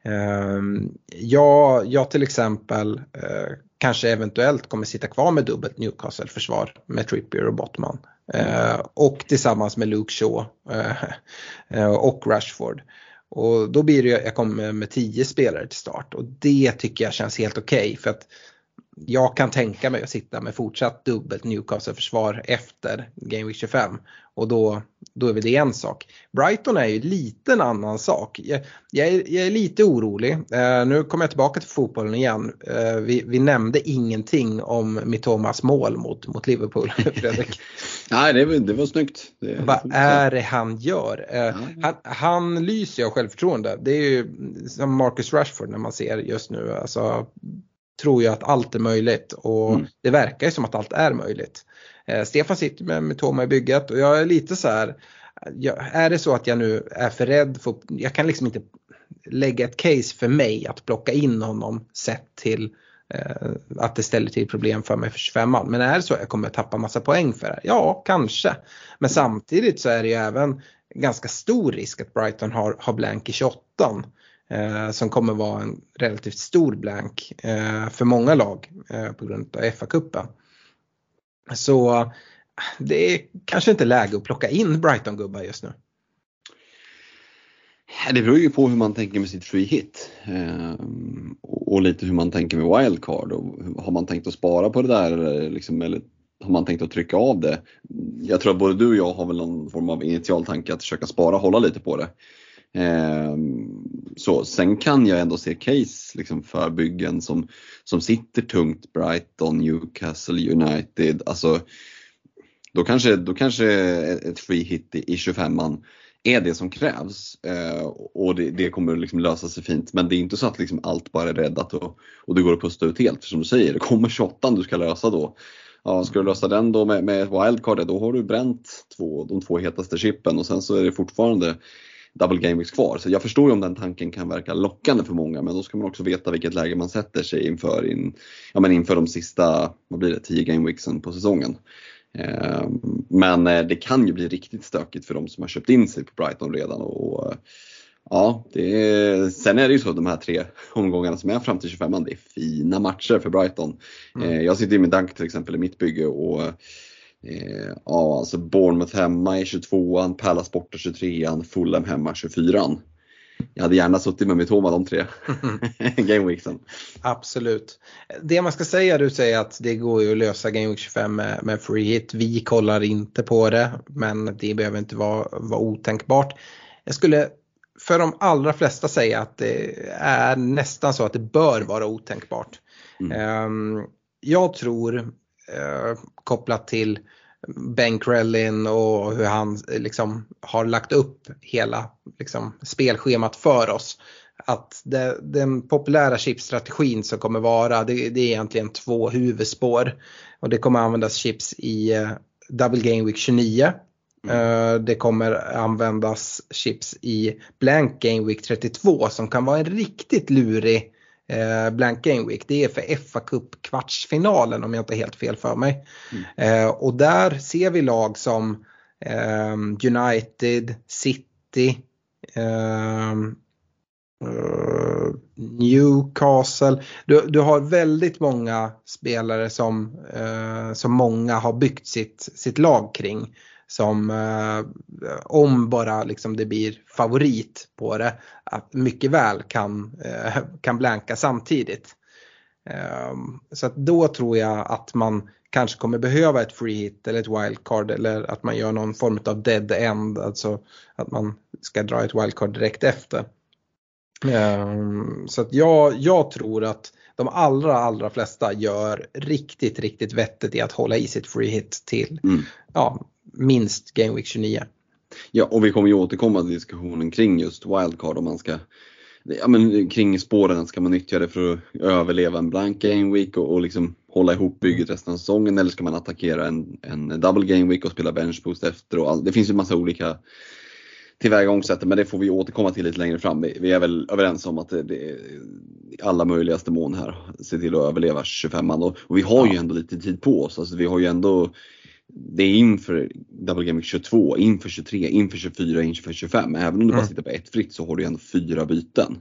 Jag till exempel kanske eventuellt kommer sitta kvar med dubbelt Newcastle-försvar med Trippier och Botman. Och tillsammans med Luke Shaw och Rashford. Och då blir det, jag kommer med 10 spelare till start. Och det tycker jag känns helt okej. För att jag kan tänka mig att sitta med fortsatt dubbelt Newcastle-försvar efter Game Week 25. Och då är väl det en sak. Brighton är ju lite en annan sak. Jag är lite orolig. Nu kommer jag tillbaka till fotbollen igen. Vi nämnde ingenting om Mitomas mål mot Liverpool, Fredrik. Nej, det var snyggt. Vad är det han gör? Han lyser av självförtroende. Det är ju som Marcus Rashford när man ser just nu. Alltså, tror jag att allt är möjligt. Och det verkar ju som att allt är möjligt. Stefan sitter med Mitoma i bygget. Och jag är lite så här. Är det så att jag nu är för rädd för, jag kan liksom inte lägga ett case för mig att plocka in honom sett till att det ställer till problem för mig för 25an. Men är det så att jag kommer att tappa massa poäng för det? Ja, kanske. Men samtidigt så är det ju även ganska stor risk att Brighton har blank i 28an. Som kommer vara en relativt stor blank för många lag på grund av FA-cupen. Så det är kanske inte läge att plocka in Brighton-gubbar just nu. Det beror ju på hur man tänker med sitt free hit. Och lite hur man tänker med wildcard. Och har man tänkt att spara på det där liksom, eller har man tänkt att trycka av det? Jag tror att både du och jag har väl någon form av initial tanke att försöka spara, hålla lite på det. Så sen kan jag ändå se case liksom för byggen som sitter tungt, Brighton, Newcastle, United. Alltså då kanske ett free hit i 25an är det som krävs och det kommer liksom lösa sig fint. Men det är inte så att liksom allt bara är räddat och det går att pusta ut helt. För som du säger, det kommer 28 du ska lösa då. Ja, ska du lösa den då med ett wildcard, då har du bränt de två hetaste chippen och sen så är det fortfarande double game weeks kvar. Så jag förstår ju om den tanken kan verka lockande för många, men då ska man också veta vilket läge man sätter sig inför de sista 10 game weeksen på säsongen. Men det kan ju bli riktigt stökigt för de som har köpt in sig på Brighton redan och ja, sen är det ju så att de här 3 omgångarna som är fram till 25, det är fina matcher för Brighton. Jag sitter ju med Dunk till exempel i mitt bygge och ja, alltså Bournemouth hemma i 22an, Palace borta 23an, Fulham hemma 24an. Jag hade gärna suttit med Mitoma de 3 gameweeksen. Absolut. Det man ska säga, du säger att det går ju att lösa Game Week 25 med free hit. Vi kollar inte på det, men det behöver inte vara otänkbart. Jag skulle för de allra flesta säga att det är nästan så att det bör vara otänkbart. Jag tror kopplat till Ben Crellin och hur han liksom har lagt upp hela liksom spelschemat för oss, att den populära chipstrategin som kommer vara, det är egentligen 2 huvudspår, och det kommer användas chips i Double Game Week 29. Det kommer användas chips i Blank Game Week 32 som kan vara en riktigt lurig Blank Game Week. Det är för FA Cup kvartsfinalen om jag inte helt fel för mig. Och där ser vi lag som United, City, Newcastle. Du har väldigt många spelare som många har byggt sitt lag kring, som om bara liksom det blir favorit på det, att mycket väl kan blanka samtidigt. Så att då tror jag att man kanske kommer behöva ett free hit eller ett wildcard, eller att man gör någon form av dead end, alltså att man ska dra ett wildcard direkt efter. Så att jag tror att de allra flesta gör riktigt, riktigt vettigt i att hålla i sitt free hit till minst Game Week 29. Ja, och vi kommer ju återkomma till diskussionen kring just wildcard, om man ska kring spåren, ska man nyttja det för att överleva en blank game week och liksom hålla ihop bygget resten av säsongen, eller ska man attackera en double game week och spela bench boost efter, och det finns ju en massa olika tillvägagångssätt, men det får vi återkomma till lite längre fram. Vi är väl överens om att det är alla möjligaste mån här, se till att överleva 25an, och vi har ju ändå lite tid på oss, alltså vi har ju ändå, det är inför Double Game Week 22, inför 23, inför 24, inför 25. Även om du bara sitter på ett fritt så har du ändå 4 byten.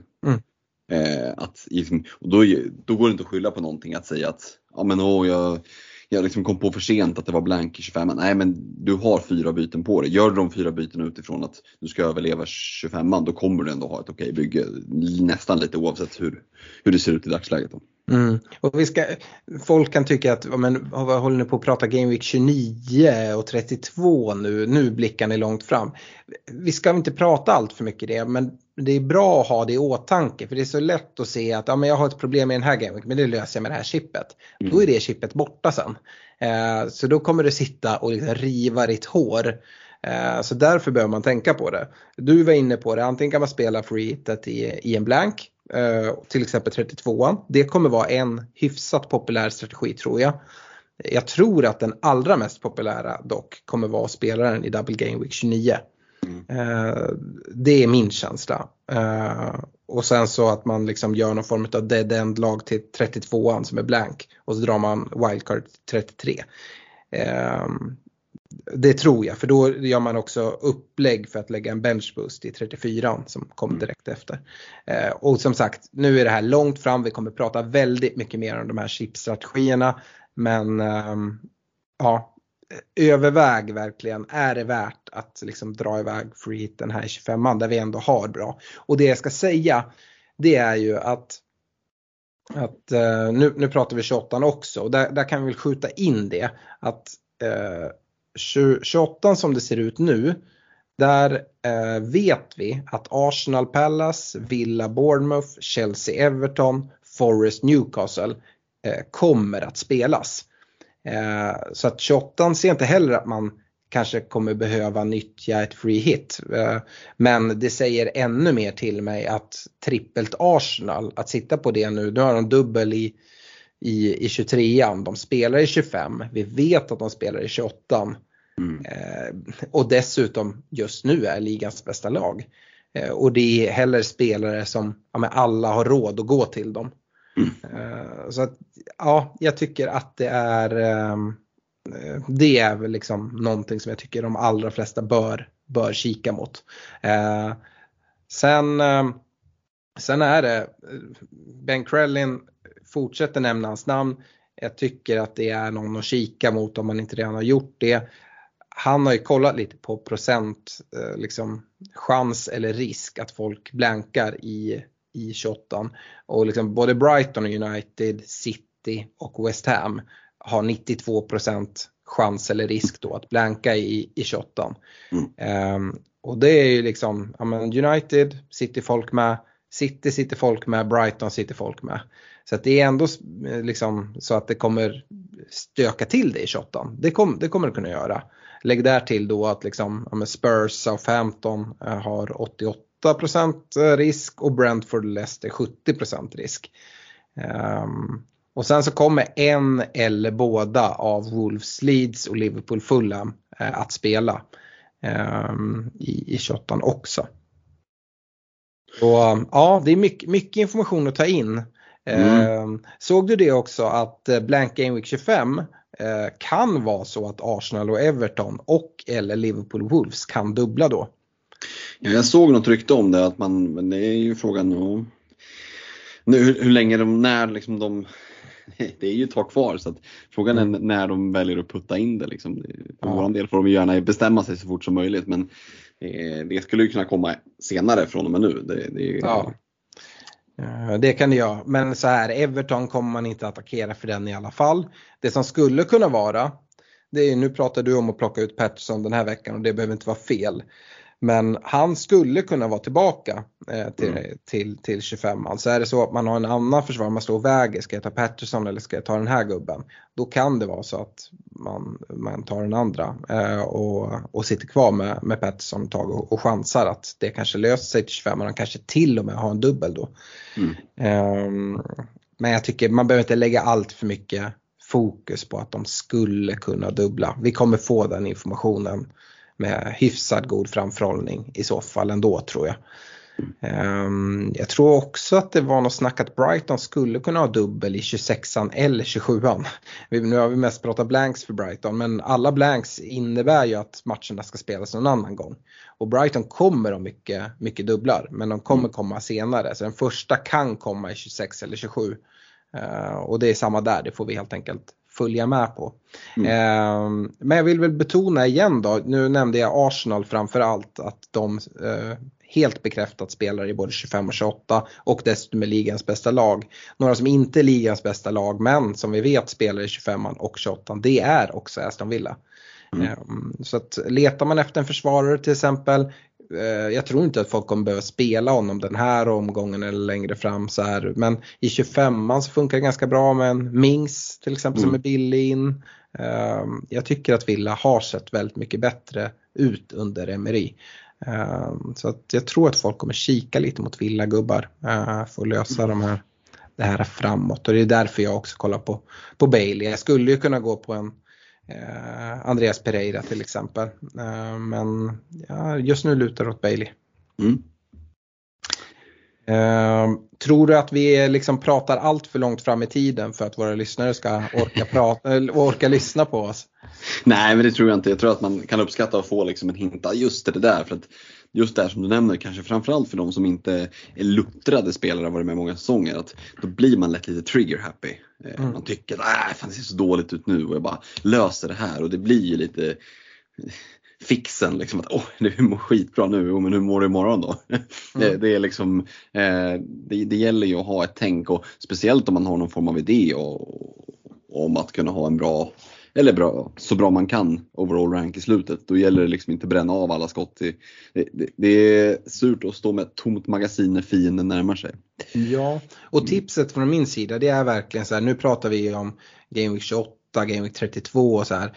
Och då går det inte att skylla på någonting, att säga att jag liksom kom på för sent att det var blank i 25. Nej, men du har 4 byten på dig. Gör de 4 byten utifrån att du ska överleva 25, då kommer du ändå ha ett okej bygge, nästan lite oavsett hur det ser ut i dagsläget då. Och folk kan tycka att vad håller ni på att prata Game Week 29 och 32 nu blickar ni långt fram. Vi ska inte prata allt för mycket det, men det är bra att ha det i åtanke, för det är så lätt att se att jag har ett problem med den här Game Week, men det löser jag med det här chippet. Då är det chippet borta sen. Så då kommer du sitta och liksom riva ditt hår. Så därför behöver man tänka på det. Du var inne på det, antingen kan man spela free hitet i en blank, till exempel 32an. Det kommer vara en hyfsat populär strategi, tror jag. Jag tror att den allra mest populära dock kommer vara spelaren i Double Game Week 29. Det är min känsla. Och sen så att man liksom gör någon form av dead end lag till 32an som är blank, och så drar man wildcard till 33. Det tror jag, för då gör man också upplägg för att lägga en bench boost i 34 som kommer direkt efter. Och som sagt, nu är det här långt fram, vi kommer prata väldigt mycket mer om de här chipstrategierna, men överväg verkligen, är det värt att liksom dra iväg free hit den här 25an där vi ändå har bra. Och det jag ska säga, det är ju att nu pratar vi 28an också, och där kan vi väl skjuta in det att 28 som det ser ut nu, där vet vi att Arsenal, Palace, Villa, Bournemouth, Chelsea, Everton, Forest, Newcastle kommer att spelas. Så att 28 ser inte heller att man kanske kommer behöva nyttja ett free hit. Men det säger ännu mer till mig att trippelt Arsenal, att sitta på det nu, då har de dubbel i 23an, de spelar i 25, vi vet att de spelar i 28. Och dessutom just nu är ligans bästa lag. Och det är heller spelare som alla har råd att gå till dem. Så att, ja, jag tycker att det är väl liksom någonting som jag tycker de allra flesta bör kika mot. Sen är det Ben Crellin, fortsätter nämna hans namn. Jag tycker att det är någon att kika mot om man inte redan har gjort det. Han har ju kollat lite på procent, liksom chans eller risk att folk blankar i 28. Och liksom både Brighton och United, City och West Ham har 92% chans eller risk då att blanka i 28. Och det är ju liksom, United sitter folk med, City sitter folk med, Brighton sitter folk med. Så att det är ändå liksom så att det kommer stöka till det i 28. Det kommer det kunna göra. Lägg där till då att liksom, Spurs, Southampton har 88% risk och Brentford och Leicester 70% risk. Och sen så kommer en eller båda av Wolves, Leeds och Liverpool Fulham att spela i 28 också. Och ja, det är mycket information att ta in. Såg du det också att blank Game Week 25 kan vara så att Arsenal och Everton och eller Liverpool Wolves kan dubbla då? Ja, jag såg något rykte om det, men det är ju frågan hur länge det är ju ett tag kvar, så att frågan är när de väljer att putta in det liksom. För vår del får de gärna bestämma sig så fort som möjligt, men det skulle ju kunna komma senare från och med nu. Det kan det göra, men så här, Everton kommer man inte attackera för den i alla fall. Det som skulle kunna vara, det är, nu pratar du om att plocka ut Patterson den här veckan och det behöver inte vara fel. Men han skulle kunna vara tillbaka till 25. Alltså är det så att man har en annan försvar, man står och väger, ska jag ta Patterson eller ska jag ta den här gubben? Då kan det vara så att man tar den andra och sitter kvar med Patterson ett tag och chansar att det kanske löser sig till 25, och han kanske till och med har en dubbel då. Men jag tycker man behöver inte lägga allt för mycket fokus på att de skulle kunna dubbla. Vi kommer få den informationen med hyfsad god framförhållning i så fall ändå, tror jag. Jag tror också att det var något snack att Brighton skulle kunna ha dubbel i 26an eller 27an. Nu har vi mest pratat blanks för Brighton, men alla blanks innebär ju att matcherna ska spelas någon annan gång. Och Brighton kommer ha mycket dubblar, men de kommer komma senare. Så den första kan komma i 26 eller 27. Och det är samma där, det får vi helt enkelt följa med på. Men jag vill väl betona igen då, nu nämnde jag Arsenal framförallt, att de helt bekräftat spelar i både 25 och 28 och dessutom är ligans bästa lag. Några som inte är ligans bästa lag men som vi vet spelar i 25 och 28, det är också Aston Villa. Så att letar man efter en försvarare till exempel, jag tror inte att folk kommer behöva spela honom den här omgången eller längre fram så här, men i 25an så funkar det ganska bra med en Mings till exempel som är billig in. Jag tycker att Villa har sett väldigt mycket bättre ut under Emery. Så att jag tror att folk kommer kika lite mot Villa-gubbar för att lösa det här framåt, och det är därför jag också kollar på Bailey. Jag skulle ju kunna gå på en Andreas Pereira till exempel, men just nu lutar det åt Bailey. Tror du att vi liksom pratar allt för långt fram i tiden för att våra lyssnare ska orka lyssna på oss? Nej, men det tror jag inte. Jag tror att man kan uppskatta att få liksom en hinta just det där, för att just det som du nämner, kanske framförallt för de som inte är luttrade spelare har varit med många säsonger, att då blir man lätt lite trigger happy. Man tycker att fan, det ser så dåligt ut nu och jag bara löser det här, och det blir ju lite fixen liksom, att det mår skitbra nu, men hur mår du imorgon då? Det är liksom det gäller ju att ha ett tänk, och speciellt om man har någon form av idé om att kunna ha en bra så bra man kan overall rank i slutet. Då gäller det liksom inte bränna av alla skott. Det är surt att stå med ett tomt magasin när fienden närmar sig. Ja, och tipset från min sida, det är verkligen så här, nu pratar vi om Game Week 28, Game Week 32 och så här.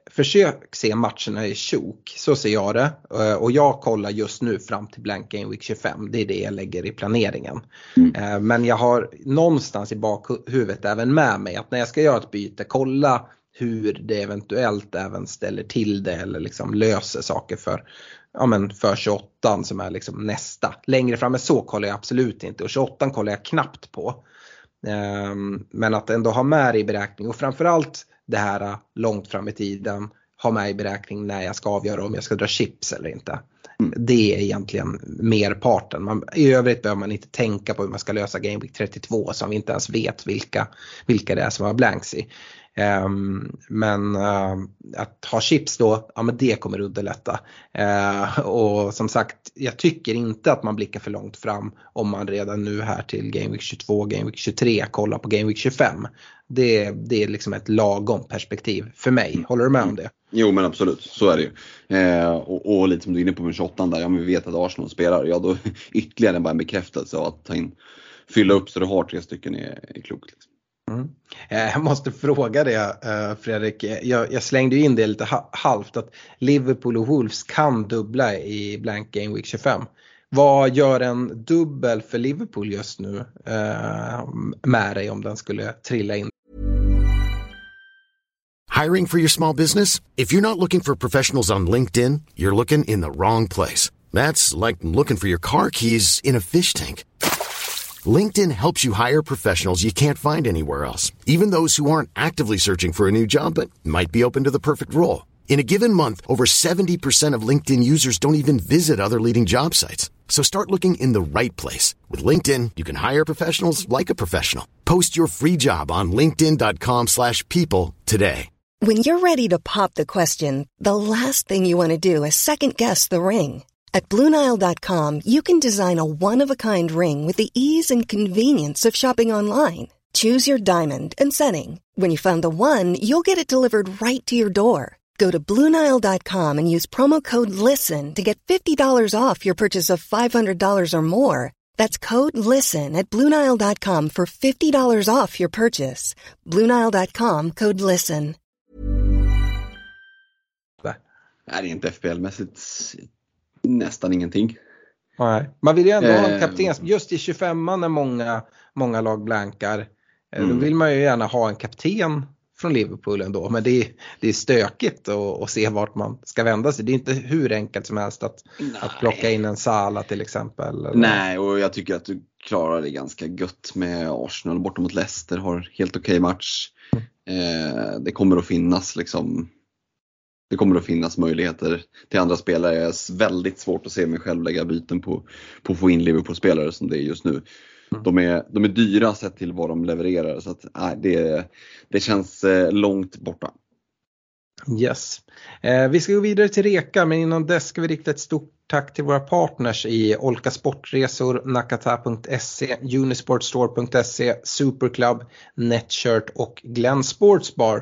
försök se matcherna i tjok, så ser jag det. Och jag kollar just nu fram till blank game week 25, det är det jag lägger i planeringen. Men jag har någonstans i bakhuvudet även med mig att när jag ska göra ett byte, kolla hur det eventuellt även ställer till det eller liksom löser saker för 28 som är liksom nästa. Längre fram än så kollar jag absolut inte, och 28 kollar jag knappt på. Men att ändå ha med i beräkning, och framförallt det här långt fram i tiden, ha med i beräkning när jag ska avgöra om jag ska dra chips eller inte. Det är egentligen merparten. I övrigt behöver man inte tänka på hur man ska lösa Game Week 32 som vi inte ens vet vilka det är som har blanks i. Men att ha chips då, ja, men det kommer underlätta. Och som sagt, jag tycker inte att man blickar för långt fram om man redan nu här till Game Week 22, Game Week 23 kollar på Game Week 25. Det är liksom ett lagom perspektiv för mig. Håller du med om det? Jo, men absolut, så är det ju. Och lite som du är inne på med 28 där, ja, men vi vet att Arsenal spelar, ja då ytterligare bara en bekräftelse av att fylla upp så du har 3 stycken är klokt liksom. Jag måste fråga det, Fredrik. Jag slängde ju in det lite halvt att Liverpool och Wolves kan dubbla i blank game week 25. Vad gör en dubbel för Liverpool just nu med dig om den skulle trilla in? Hiring for your small business? If you're not looking for professionals on LinkedIn, you're looking in the wrong place. That's like looking for your car keys in a fish tank. LinkedIn helps you hire professionals you can't find anywhere else, even those who aren't actively searching for a new job but might be open to the perfect role. In a given month, over 70% of LinkedIn users don't even visit other leading job sites. So start looking in the right place. With LinkedIn, you can hire professionals like a professional. Post your free job on linkedin.com/people today. When you're ready to pop the question, the last thing you want to do is second-guess the ring. At BlueNile.com, you can design a one-of-a-kind ring with the ease and convenience of shopping online. Choose your diamond and setting. When you find the one, you'll get it delivered right to your door. Go to BlueNile.com and use promo code LISTEN to get $50 off your purchase of $500 or more. That's code LISTEN at BlueNile.com for $50 off your purchase. BlueNile.com, code LISTEN. Är det inte FPL-mässigt nästan ingenting? Nej, man vill ju ändå ha en kapten. Just i 25an när många lag blankar, då vill man ju gärna ha en kapten från Liverpool ändå. Men det är stökigt att se vart man ska vända sig. Det är inte hur enkelt som helst att plocka in en Salah till exempel. Eller? Nej, och jag tycker att du klarar det ganska gött med Arsenal borta mot Leicester. Har helt okej match. Det kommer att finnas liksom... Det kommer att finnas möjligheter till andra spelare. Det är väldigt svårt att se mig själv lägga byten på att få in Liverpool-spelare som det är just nu. De är dyra sett till vad de levererar. Så att, det känns långt borta. Yes. Vi ska gå vidare till Reka, men innan dess ska vi rikta ett stort tack till våra partners i Olka Sportresor, Nakata.se, Unisportstore.se, Superclub, Netshirt och Glenn Sportsbar.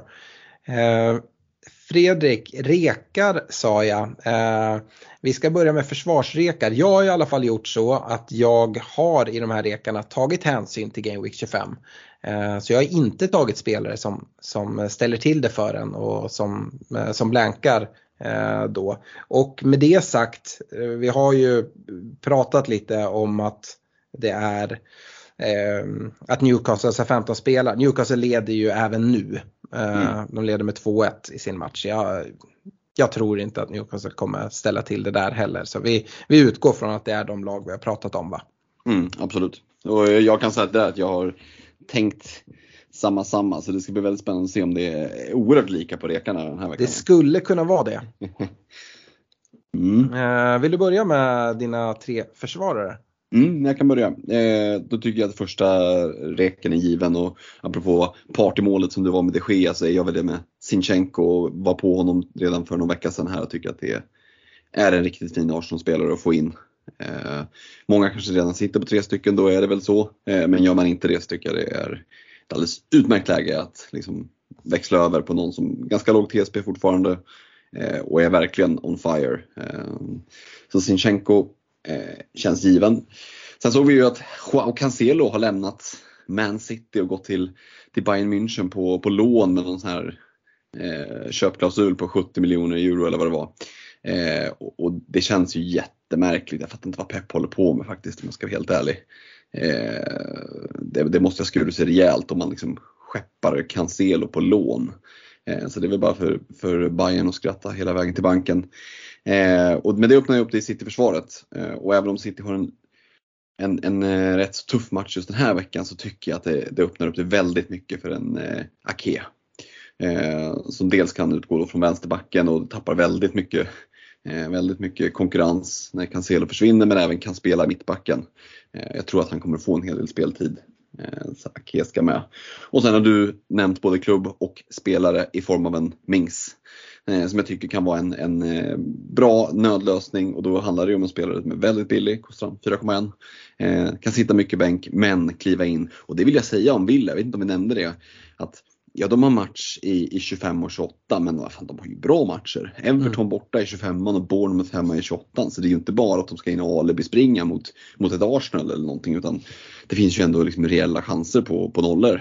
Fredrik, rekar sa jag. Vi ska börja med försvarsrekar. Jag har i alla fall gjort så att jag har i de här rekarna tagit hänsyn till Game Week 25. Så jag har inte tagit spelare som ställer till det för en och som blankar då. Och med det sagt, vi har ju pratat lite om att det är att Newcastle har 15 spelare. Newcastle leder ju även nu. De leder med 2-1 i sin match. Jag tror inte att Newcastle kommer ställa till det där heller. Så vi utgår från att det är de lag vi har pratat om, va? Absolut. Och jag kan säga att jag har tänkt samma. Så det ska bli väldigt spännande att se om det är oerhört lika på rekarna den här veckan. Det skulle kunna vara det. Vill du börja med dina 3 försvarare? Jag kan börja. Då tycker jag att första reken är given, och apropå partymålet som det var med De Gea, så är jag väl det med Zinchenko, och var på honom redan för någon vecka sedan här och tycker att det är en riktigt fin Arsenal-spelare att få in. Många kanske redan sitter på 3 stycken, då är det väl så, men gör man inte det tycker jag det är ett alldeles utmärkt läge att liksom växla över på någon som ganska låg TSP fortfarande och är verkligen on fire. Så Zinchenko känns given. Sen såg vi ju att Joao Cancelo har lämnat Man City och gått till Bayern München på lån med någon sån här köpklausul på 70 miljoner euro eller vad det var. Och det känns ju jättemärkligt. Jag fattar inte vad Pep håller på med faktiskt, om jag ska vara helt ärlig. Det måste jag skruva sig rejält om man liksom skeppar Cancelo på lån. Så det är väl bara för Bayern att skratta hela vägen till banken. Men det öppnar ju upp det i City-försvaret. Och även om City har en rätt så tuff match just den här veckan, så tycker jag att det öppnar upp det väldigt mycket för en Ake. Som dels kan utgå då från vänsterbacken och tappar väldigt mycket konkurrens när Cancelo försvinner, men även kan spela mittbacken. Jag tror att han kommer få en hel del speltid. Så Ake ska med. Och sen har du nämnt både klubb och spelare i form av en Mings, som jag tycker kan vara en bra nödlösning. Och då handlar det om en spelare som är väldigt billig, kostar 4,1. Kan sitta mycket bänk men kliva in. Och det vill jag säga om Villa, jag vet inte om vi nämnde det, att ja, de har match i 25 och 28, men fan, de har ju bra matcher. Everton borta i 25 och Bournemouth hemma i 28. Så det är ju inte bara att de ska in och alibi springa mot ett Arsenal eller någonting, utan det finns ju ändå liksom reella chanser på nollor.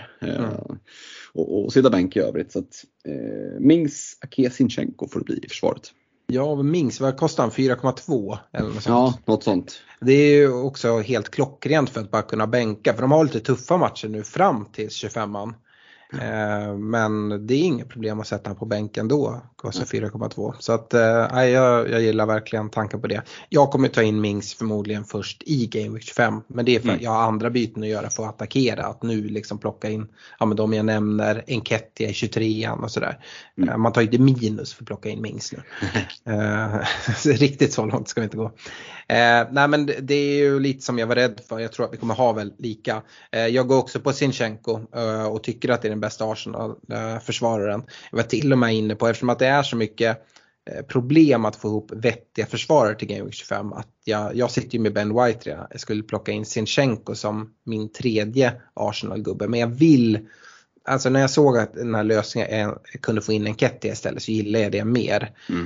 Och sitta bänk i övrigt. Så att Mings, Ake, Zinchenko får det bli i försvaret. Ja, Mings, vad kostar han? 4,2 eller något sånt? Ja, något sånt. Det är ju också helt klockrent för att bara kunna bänka. För de har lite tuffa matcher nu fram till 25an. Men det är inget problem att sätta han på bänken då. Kostar 4,2. Så att jag gillar verkligen tanken på det. Jag kommer ta in Mings förmodligen först i Game Week 25. Men det är för att jag har andra byten att göra för att attackera. Att nu liksom plocka in, ja, men de jag nämner, Enketia i 23an och sådär. Man tar ju inte minus för att plocka in Mings nu. Riktigt så långt ska vi inte gå. Nej, men det är ju lite som jag var rädd för. Jag tror att vi kommer ha väl lika. Jag går också på Zinchenko och tycker att det är den bästa Arsenal-försvararen. Jag var till och med inne på, eftersom att det är så mycket problem att få ihop vettiga försvarare till Game Week 25, att jag sitter ju med Ben White redan. Jag skulle plocka in Zinchenko som min tredje Arsenal-gubbe, men jag vill, alltså när jag såg att den här lösningen kunde få in en Enketia istället, så gillar jag det mer.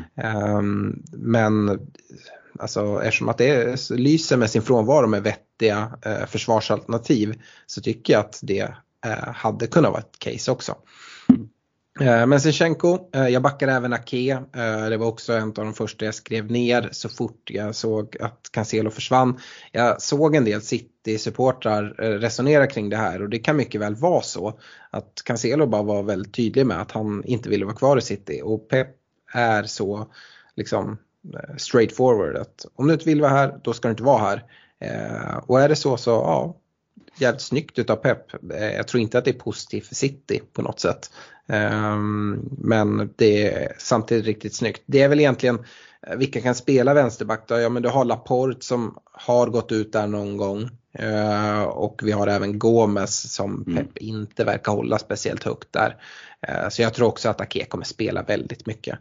Men alltså, eftersom att det lyser med sin frånvaro med vettiga försvarsalternativ, så tycker jag att det hade kunnat vara ett case också. Men Zinchenko, jag backar även Ake. Det var också en av de första jag skrev ner så fort jag såg att Cancelo försvann. Jag såg en del City-supportrar resonera kring det här, och det kan mycket väl vara så att Cancelo bara var väldigt tydlig med att han inte ville vara kvar i City, och Pep är så liksom straightforward att om du inte vill vara här, då ska du inte vara här. Och är det så ja, jävligt snyggt utav Pep. Jag tror inte att det är positivt för City på något sätt. Men det är samtidigt riktigt snyggt. Det är väl egentligen vilka kan spela vänsterback då? Ja, men du har Laporte som har gått ut där någon gång. Och vi har även Gomez som Pep inte verkar hålla speciellt högt där. Så jag tror också att Ake kommer spela väldigt mycket.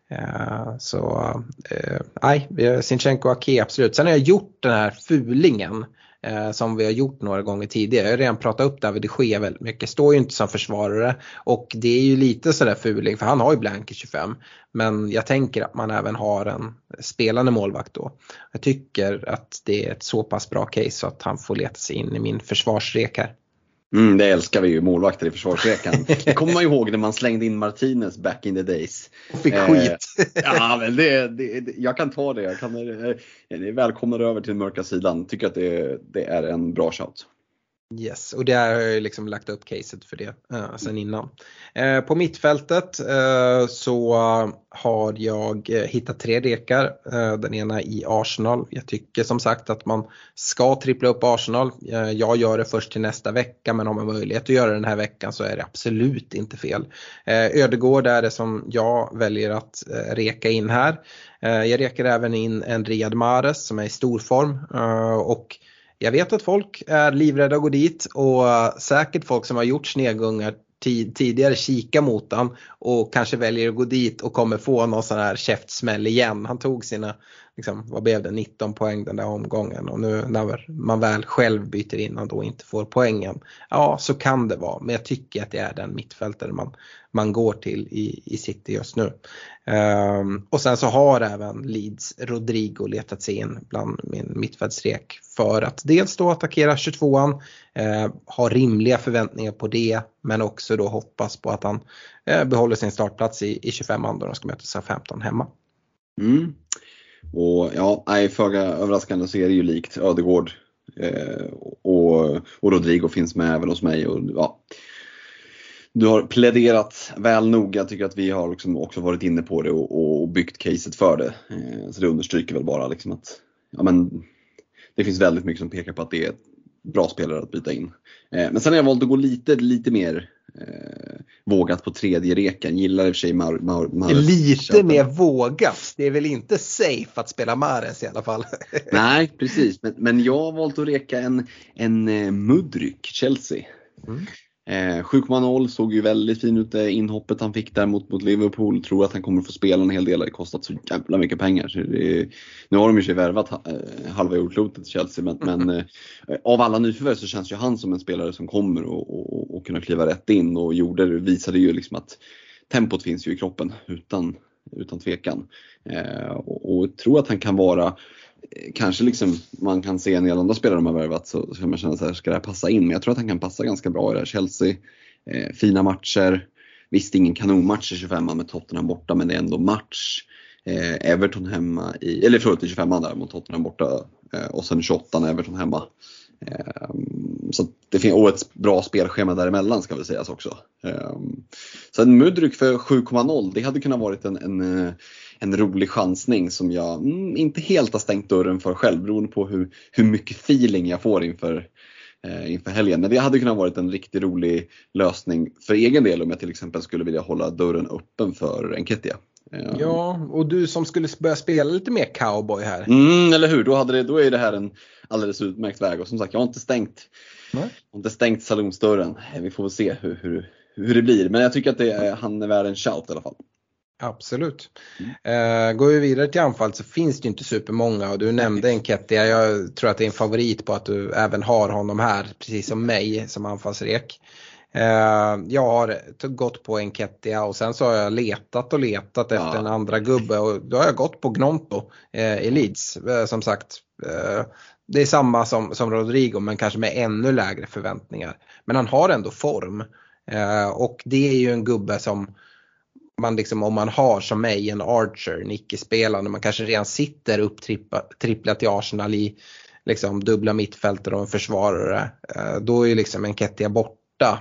Zinchenko och Ake absolut. Sen har jag gjort den här fulingen som vi har gjort några gånger tidigare. Jag har redan pratat upp David de Gea väldigt mycket. Står ju inte som försvarare, och det är ju lite sådär fuling, för han har ju blank i 25. Men jag tänker att man även har en spelande målvakt då. Jag tycker att det är ett så pass bra case så att han får leta sig in i min försvarsrek här. Det älskar vi ju, målvakter i försvarsrekan. Det kommer man ju ihåg när man slängde in Martinez back in the days. Och fick skit. Ja, men jag kan ta det. Jag är välkommen över till den mörka sidan. Tycker att det är en bra shout. Yes, och där har jag liksom lagt upp caset för det sen innan. På mittfältet så har jag hittat 3 rekar. Den ena i Arsenal. Jag tycker som sagt att man ska trippla upp Arsenal. Jag gör det först till nästa vecka, men om man har möjlighet att göra den här veckan så är det absolut inte fel. Ödegård är det som jag väljer att reka in här. Jag rekar även in en Riyad Mahrez som är i stor form, och jag vet att folk är livrädda att gå dit, och säkert folk som har gjort snedgångar tidigare kika mot han och kanske väljer att gå dit och kommer få någon sån här käftsmäll igen. Han tog sina liksom, vad blev det, 19 poäng den där omgången, och nu när man väl själv byter in och då inte får poängen, ja så kan det vara, men jag tycker att det är den mittfältare man går till i City just nu. Och sen så har även Leeds Rodrigo letat sig in bland min mittfältsrek för att dels då attackera 22an, ha rimliga förväntningar på det, men också då hoppas på att han behåller sin startplats i 25an då de ska möta Southampton hemma. Och ja, föga överraskande så är det ju likt Ödegård, och Rodrigo finns med även hos mig, och ja, du har pläderat väl nog. Jag tycker att vi har liksom också varit inne på det och byggt caset för det, så det understryker väl bara liksom att ja, men det finns väldigt mycket som pekar på att det är ett bra spelare att byta in. Men sen har jag valt att gå lite mer vågat på tredje reken. Gillar i och för sig lite mer vågat. Det är väl inte safe att spela Mahrez i alla fall. Nej, precis. Men jag har valt att reka en Mudryk, Chelsea. 7,0 såg ju väldigt fin ut, inhoppet han fick där mot Liverpool. Tror att han kommer få spela en hel del. Det har kostat så jävla mycket pengar, så nu har de ju sig värvat halva jordklotet Chelsea, men av alla nyförvärv så känns ju han som en spelare som kommer och kunna kliva rätt in, och visade ju liksom att tempot finns ju i kroppen utan tvekan, och tror att han kan vara kanske liksom, man kan se en del andra spelare de har värvat, så kan man känna så här, ska det här passa in? Men jag tror att han kan passa ganska bra i det här Chelsea. Fina matcher. Visst, ingen kanonmatch i 25an med Tottenham borta, men det är ändå match. Everton hemma i 25an där mot Tottenham borta, och sen 28an Everton hemma. Så det finns ett bra spelschema däremellan, ska vi sägas också. Så en Mudryk för 7,0, det hade kunnat varit en rolig chansning som jag inte helt har stängt dörren för själv, beroende på hur mycket feeling jag får inför helgen. Men det hade kunnat varit en riktigt rolig lösning för egen del, om jag till exempel skulle vilja hålla dörren öppen för Nketiah. Ja, och du som skulle börja spela lite mer cowboy här. Eller hur, då är det här en alldeles utmärkt väg. Och som sagt, jag har inte stängt salonsdörren. Vi får väl se hur det blir. Men jag tycker att han är värd en shout i alla fall. Absolut. Går vi vidare till anfall så finns det ju inte supermånga, och du nämnde Nketiah. Jag tror att det är en favorit på att du även har honom här, precis som mig, som anfallsrek. Jag har gått på Nketiah, och sen så har jag letat efter en andra gubbe, och då har jag gått på Gnonto i Leeds. Som sagt, det är samma som Rodrigo, men kanske med ännu lägre förväntningar. Men han har ändå form, och det är ju en gubbe som man liksom, om man har som mig en Archer, en icke-spelande, man kanske redan sitter upp tripplat i Arsenal i liksom dubbla mittfältare och en försvarare, då är ju liksom Nketiah borta.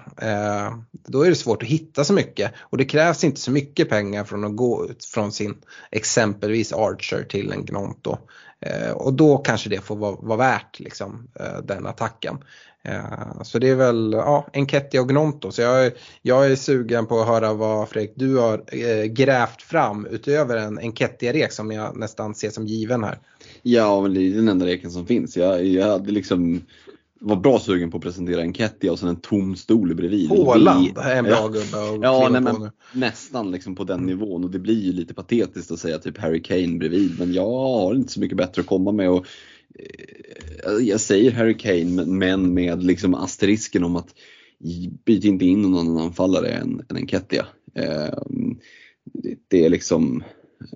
Då är det svårt att hitta så mycket, och det krävs inte så mycket pengar från att gå ut från sin exempelvis Archer till en Gnonto, och då kanske det får vara värt liksom, den attacken. Så det är väl Nketiah och Gnonto. Så jag är sugen på att höra vad Fredrik du har grävt fram utöver en Nketiah-rek som jag nästan ser som given här. Ja, men det är den enda reken som finns. Jag hade liksom var bra sugen på att presentera Nketiah och sen en tom stol bredvid. Håland är en bra gubbe. Nästan liksom på den nivån, och det blir ju lite patetiskt att säga typ Harry Kane bredvid, men jag har inte så mycket bättre att komma med, och jag säger Harry Kane, men med liksom asterisken om att byta inte in någon annan anfallare än Nketiah. Det är liksom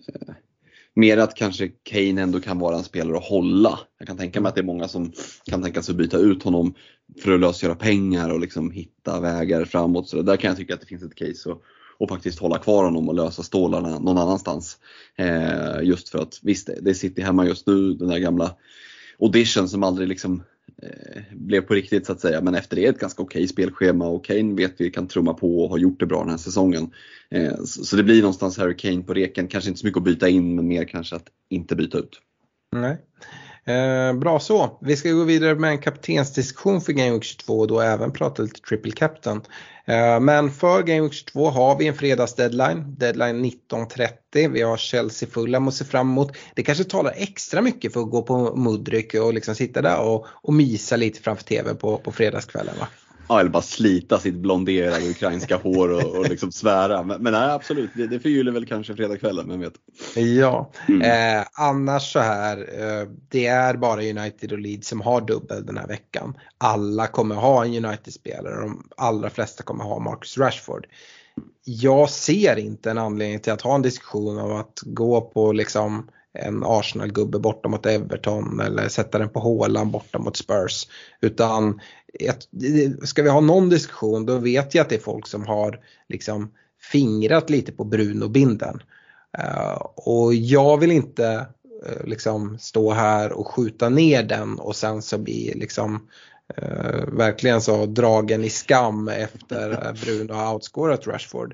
mer att kanske Kane ändå kan vara en spelare att hålla. Jag kan tänka mig att det är många som kan tänka sig att byta ut honom för att lösgöra pengar och liksom hitta vägar framåt. Så där kan jag tycka att det finns ett case och faktiskt hålla kvar honom och lösa stålarna någon annanstans. Just för att visst, det sitter hemma just nu, den där gamla audition som aldrig liksom blev på riktigt så att säga. Men efter det är ett ganska okej spelschema, och Kane vet vi kan trumma på och har gjort det bra den här säsongen. Så det blir någonstans Harry Kane på reken. Kanske inte så mycket att byta in, men mer kanske att inte byta ut. Nej. Bra så. Vi ska gå vidare med en kaptensdiskussion för Game Week 22 och då även prata lite triple captain. Men för Game Week 22 har vi en fredags deadline 19:30. Vi har Chelsea Fulham att se fram emot. Det kanske talar extra mycket för att gå på Mudryk och liksom sitta där och mysa lite framför tv på fredagskvällen, va? eller bara slita sitt blonderade ukrainska hår och liksom svära. Men nej, absolut, det förgyller väl kanske fredagskvällen, men vet. Ja, annars så här, det är bara United och Leeds som har dubbel den här veckan. Alla kommer ha en United-spelare, de allra flesta kommer ha Marcus Rashford. Jag ser inte en anledning till att ha en diskussion om att gå på liksom en Arsenal-gubbe borta mot Everton eller sätta den på Haaland borta mot Spurs. Utan ska vi ha någon diskussion, då vet jag att det är folk som har liksom fingrat lite på Bruno-binden. Och jag vill inte liksom stå här och skjuta ner den och sen så bli liksom verkligen så dragen i skam efter Bruno har outscorat Rashford.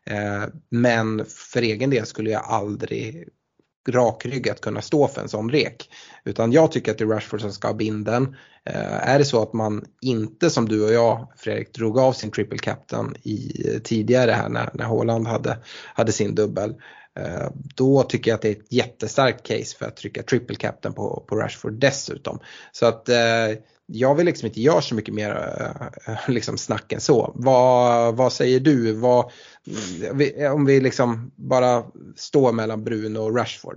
Men för egen del skulle jag aldrig rakryggat kunna stå för en sån rek. Utan jag tycker att det är Rashford som ska ha binden. Är det så att man inte, som du och jag, Fredrik, drog av sin triple captain tidigare här när Haaland hade sin dubbel, då tycker jag att det är ett jättestarkt case för att trycka triple captain på Rashford dessutom. Så att jag vill liksom inte göra så mycket mer liksom snack än så. Vad säger du? Om vi liksom bara står mellan Bruno och Rashford?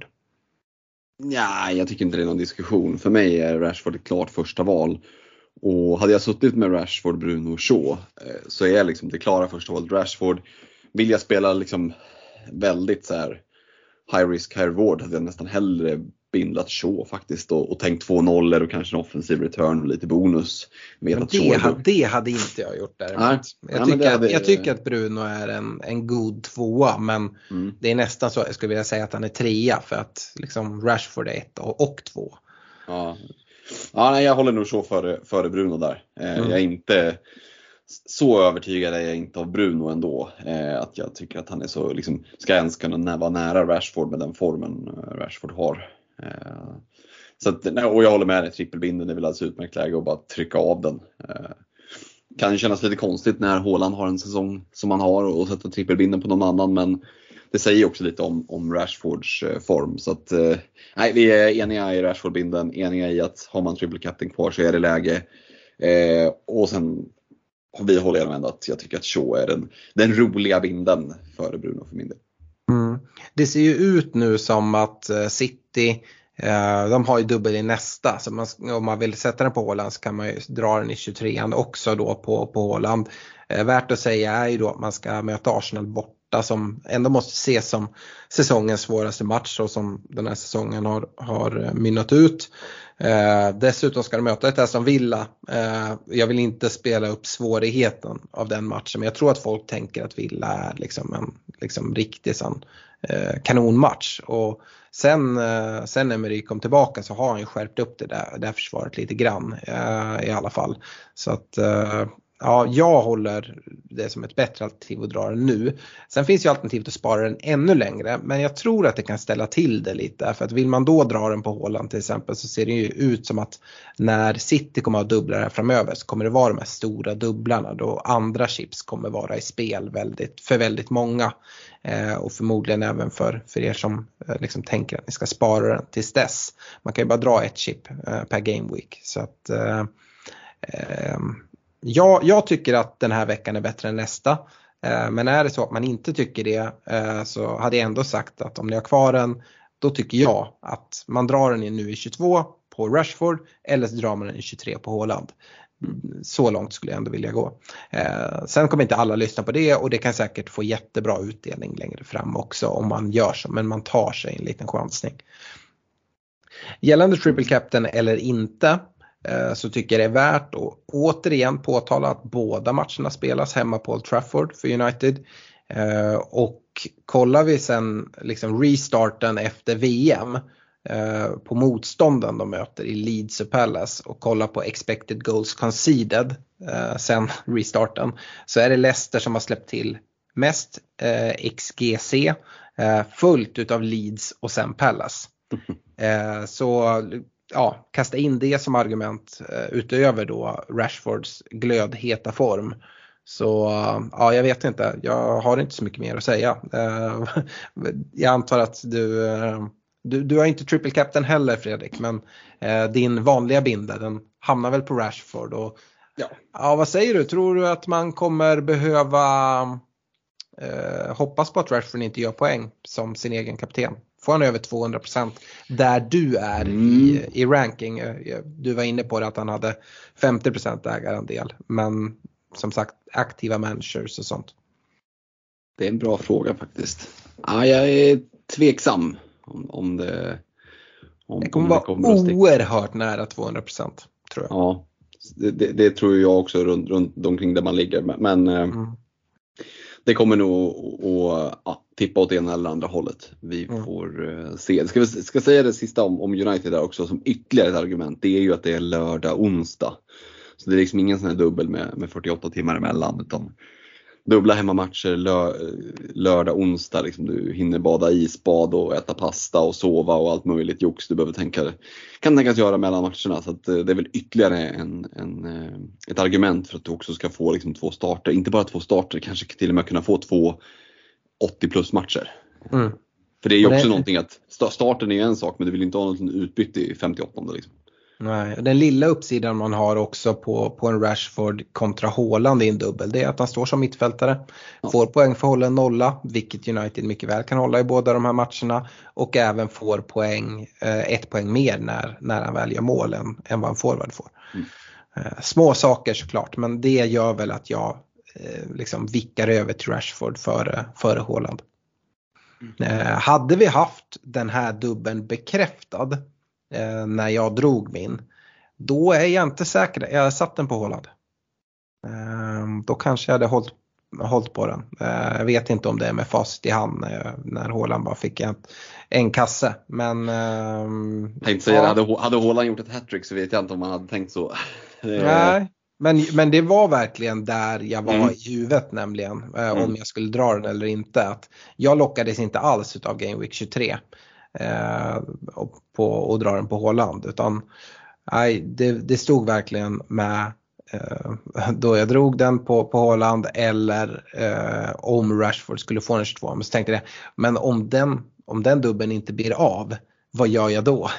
Ja, jag tycker inte det är någon diskussion. För mig är Rashford ett klart första val. Och hade jag suttit med Rashford, Bruno och Shaw, så är jag liksom det klara första valet Rashford. Vill jag spela liksom väldigt så här high risk, high reward, hade jag nästan hellre bindlat Shaw faktiskt och tänkt 2-0 och kanske en offensiv return och lite bonus. Men det hade inte jag gjort däremot. Jag tycker att Bruno är en god tvåa, men det är nästan så jag skulle vilja säga att han är trea, för att liksom Rashford är 1 och 2. Ja, nej, jag håller nog så före Bruno där. Jag är inte så övertygad är jag inte av Bruno ändå, att jag tycker att han är så liksom, ska ens kunna vara nära Rashford med den formen Rashford har. Så att, och jag håller med dig, trippelbinden är väl alltså utmärkt läge att bara trycka av den. Kan ju kännas lite konstigt när Haaland har en säsong som han har och sätta trippelbinden på någon annan, men det säger också lite om Rashfords form. Så att nej, vi är eniga i Rashford-binden, eniga i att har man triple captain kvar så är det läge. Och sen vi håller jag med att jag tycker att Shaw är den roliga binden för Bruno för min del. Det ser ju ut nu som att City, de har ju dubbel i nästa, så om man vill sätta den på Haaland så kan man ju dra den i 23an också då på Haaland. Värt att säga är ju då att man ska möta Arsenal borta, som ändå måste ses som säsongens svåraste match och som den här säsongen har mynnat ut. Dessutom ska de möta ett Aston Villa. Jag vill inte spela upp svårigheten av den matchen, men jag tror att folk tänker att Villa är liksom en riktig sån kanonmatch. Och sen Emery kom tillbaka så har han ju skärpt upp det där försvaret lite grann i alla fall. Så att ja, jag håller det som ett bättre alternativ att dra den nu. Sen finns ju alternativet att spara den ännu längre, men jag tror att det kan ställa till det lite. För att vill man då dra den på Haaland till exempel, så ser det ju ut som att när City kommer att dubbla här framöver så kommer det vara de här stora dubblarna då andra chips kommer vara i spel för väldigt många. Och förmodligen även för er som liksom tänker att ni ska spara den tills dess. Man kan ju bara dra ett chip per game week. Så att jag tycker att den här veckan är bättre än nästa. Men är det så att man inte tycker det, så hade jag ändå sagt att om ni har kvar den, då tycker jag att man drar den nu i 22 på Rashford, eller så drar man den i 23 på Haaland. Så långt skulle jag ändå vilja gå. Sen kommer inte alla lyssna på det, och det kan säkert få jättebra utdelning längre fram också om man gör så, men man tar sig en liten chansning. Gällande triple captain eller inte, så tycker jag det är värt att återigen påtala att båda matcherna spelas hemma på Old Trafford för United. Och kollar vi sen liksom restarten efter VM på motstånden de möter i Leeds och Palace och kollar på expected goals conceded sen restarten, så är det Leicester som har släppt till mest XGC, fullt utav Leeds och sen Palace. Så ja, kasta in det som argument utöver då Rashfords glödheta form. Så ja, jag vet inte, jag har inte så mycket mer att säga. Jag antar att du har inte triple captain heller, Fredrik, men din vanliga binda, den hamnar väl på Rashford, och Ja, vad säger du? Tror du att man kommer behöva hoppas på att Rashford inte gör poäng som sin egen kapten? Får han över 200% där du är i ranking? Du var inne på det att han hade 50% ägarandel. Men som sagt, aktiva managers och sånt. Det är en bra fråga faktiskt. Ja, jag är tveksam om det kommer vara oerhört nära 200%, tror jag. Ja, det tror jag också runt omkring där man ligger. Men det kommer nog att tippa åt ena eller andra hållet. Vi får se. Ska säga det sista om United där också som ytterligare ett argument. Det är ju att det är lördag, onsdag. Så det är liksom ingen sån här dubbel med 48 timmar emellan, utan dubbla hemmamatcher lördag, onsdag. Liksom du hinner bada isbad och äta pasta och sova och allt möjligt jox du behöver kan tänkas göra mellan matcherna. Så att det är väl ytterligare ett argument för att du också ska få liksom 2 starter. Inte bara 2 starter, kanske till och med kunna få 2 80+ matcher. För det är ju också någonting att starten är ju en sak, men du vill inte ha något utbyte i 58:e liksom. Nej, den lilla uppsidan man har också på en Rashford kontra Haaland i en dubbel, det är att han står som mittfältare, får poäng för att hålla en nolla, vilket United mycket väl kan hålla i båda de här matcherna, och även får ett poäng mer när han väljer mål än vad en forward får. Små saker såklart, men det gör väl att jag liksom vickar över till Rashford före Haaland. Hade vi haft den här dubbeln bekräftad när jag drog min, då är jag inte säker. Jag satt den på Haaland. Då kanske jag hade hållit på den. Jag vet inte om det är med fast i hand när Haaland bara fick en kasse. Men tänkte säga, hade Haaland gjort ett hattrick så vet jag inte om man hade tänkt så. Nej, men det var verkligen där jag var i huvudet, nämligen om jag skulle dra den eller inte. Att jag lockades inte alls av Game Week 23 och dra den på Haaland, utan det stod verkligen med då jag drog den på Haaland eller om Rashford skulle få en 22. Men så tänkte jag, men om den dubben inte blir av, vad gör jag då?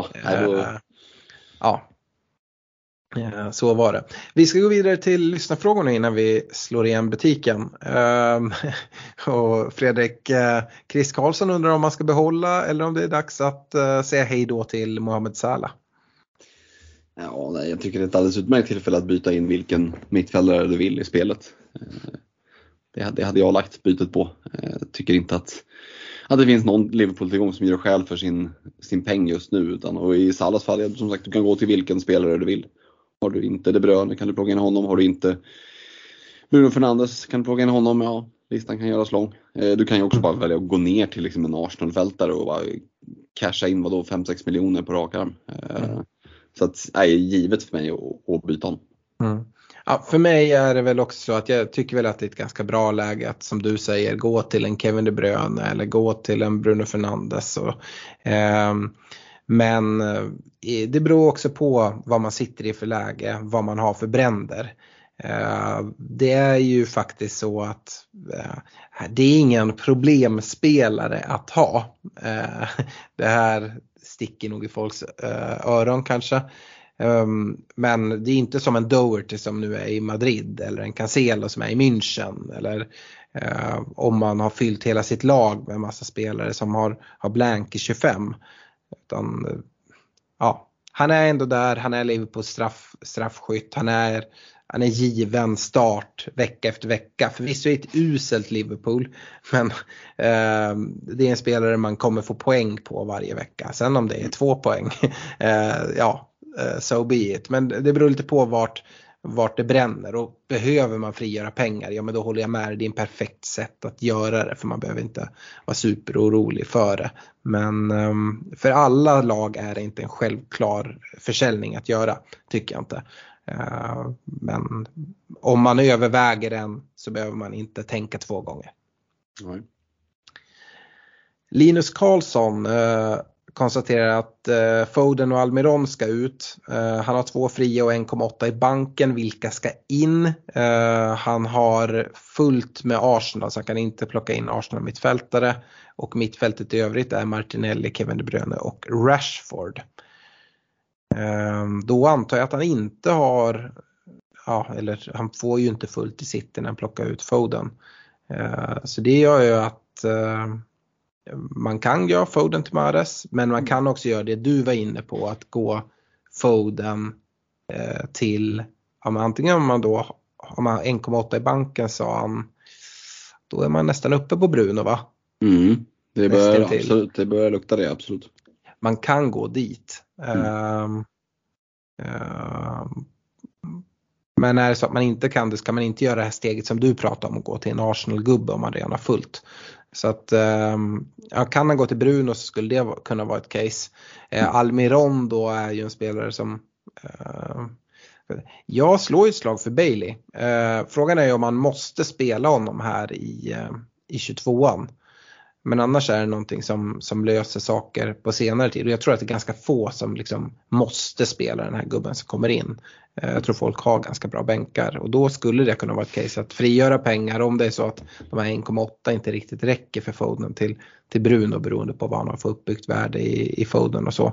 Så var det. Vi ska gå vidare till lyssnarfrågorna innan vi slår igen butiken. Och Fredrik, Chris Karlsson undrar om man ska behålla eller om det är dags att säga hej då till Mohamed Salah. Ja, nej, jag tycker det är ett alldeles utmärkt tillfälle att byta in vilken mittfältare du vill i spelet. Det hade jag lagt bytet på. Jag tycker inte att det finns någon Liverpool-tillgång som gör skäl för sin peng just nu. Och i Salahs fall, som sagt, du kan gå till vilken spelare du vill. Har du inte De Bruyne kan du plocka in honom. Har du inte Bruno Fernandes kan du plocka in honom. Ja, listan kan göras lång. Du kan ju också bara välja att gå ner till liksom en Arsenal-fältare och bara casha in 5-6 miljoner på rak arm. Så att det är givet för mig att byta honom. Ja, för mig är det väl också att jag tycker väl att det är ett ganska bra läge att, som du säger, gå till en Kevin De Bruyne eller gå till en Bruno Fernandes. Men det beror också på vad man sitter i för läge, vad man har för bränder. Det är ju faktiskt så att det är ingen problemspelare att ha. Det här sticker nog i folks öron kanske. Men det är inte som en Doherty som nu är i Madrid eller en Cancelo som är i München, eller om man har fyllt hela sitt lag med en massa spelare som har blank i 25. Utan, han är ändå där, han är Liverpools straffskytt, han är given start vecka efter vecka. Förvisso är ett uselt Liverpool, men det är en spelare man kommer få poäng på varje vecka. Sen om det är 2 poäng, so be it. Men det beror lite på vart det bränner, och behöver man frigöra pengar, ja men då håller jag med, det är en perfekt sätt att göra det, för man behöver inte vara superorolig för det. Men för alla lag är det inte en självklar försäljning att göra, tycker jag inte. Men om man överväger den så behöver man inte tänka 2 gånger. Nej. Linus Karlsson konstaterar att Foden och Almiron ska ut. Han har 2 fria och 1,8 i banken. Vilka ska in? Han har fullt med Arsenal, så han kan inte plocka in Arsenal mittfältare. Och mittfältet i övrigt är Martinelli, Kevin De Bruyne och Rashford. Då antar jag att han inte har eller han får ju inte fullt i City när han plockar ut Foden. Så det gör ju att man kan göra Foden till Mahrez, men man kan också göra det du var inne på, att gå Foden till, antingen om man då har man 1,8 i banken, sa han, då är man nästan uppe på Bruno, va? Det börjar lukta det, absolut. Man kan gå dit. Men är det så att man inte kan det, ska man inte göra det här steget som du pratar om och gå till en Arsenal-gubbe om man redan har fullt. Så att kan han gå till Bruno så skulle det kunna vara ett case. Almiron då är ju en spelare som jag slår ett slag för Bailey. Frågan är ju om man måste spela honom här i 22an. Men annars är det någonting som löser saker på senare tid. Och jag tror att det är ganska få som liksom måste spela den här gubben som kommer in. Jag tror folk har ganska bra bänkar. Och då skulle det kunna vara ett case att frigöra pengar om det är så att de här 1,8 inte riktigt räcker för Foden till Bruno, beroende på vad han har för uppbyggt värde i Foden och så.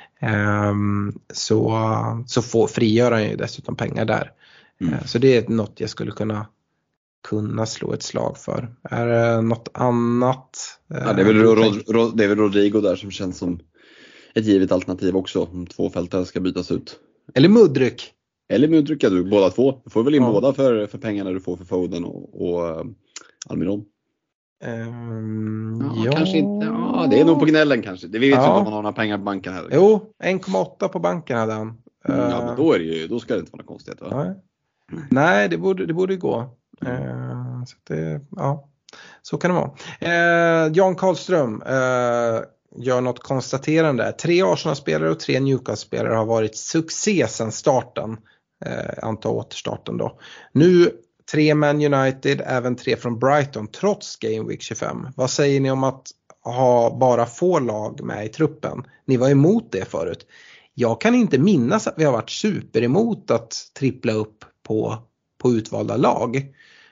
Så frigör han ju dessutom pengar där. Så det är något jag skulle kunna slå ett slag för. Är det något annat? Ja, det är väl Rodrigo där som känns som ett givet alternativ också, om 2 fältare ska bytas ut. Eller Mudryk. Ja, du, båda två. Du får väl in båda för pengarna du får för Foden och Almiron. Kanske inte. Ja, det är nog på gnällen kanske. Det vet inte om man har några pengar på banken heller. Jo, 1,8 på banken hade han. Ja, men då ska det inte vara något konstigt, va? Nej, det borde gå. Så det, så kan det vara. Jan Karlström gör något konstaterande. 3 Arsenal-spelare och 3 Newcastle-spelare har varit succé sedan starten. Antar återstarten då. Nu 3 Man United, även 3 från Brighton trots Game Week 25. Vad säger ni om att ha bara få lag med i truppen? Ni var emot det förut. Jag kan inte minnas att vi har varit super emot att trippla upp på utvalda lag.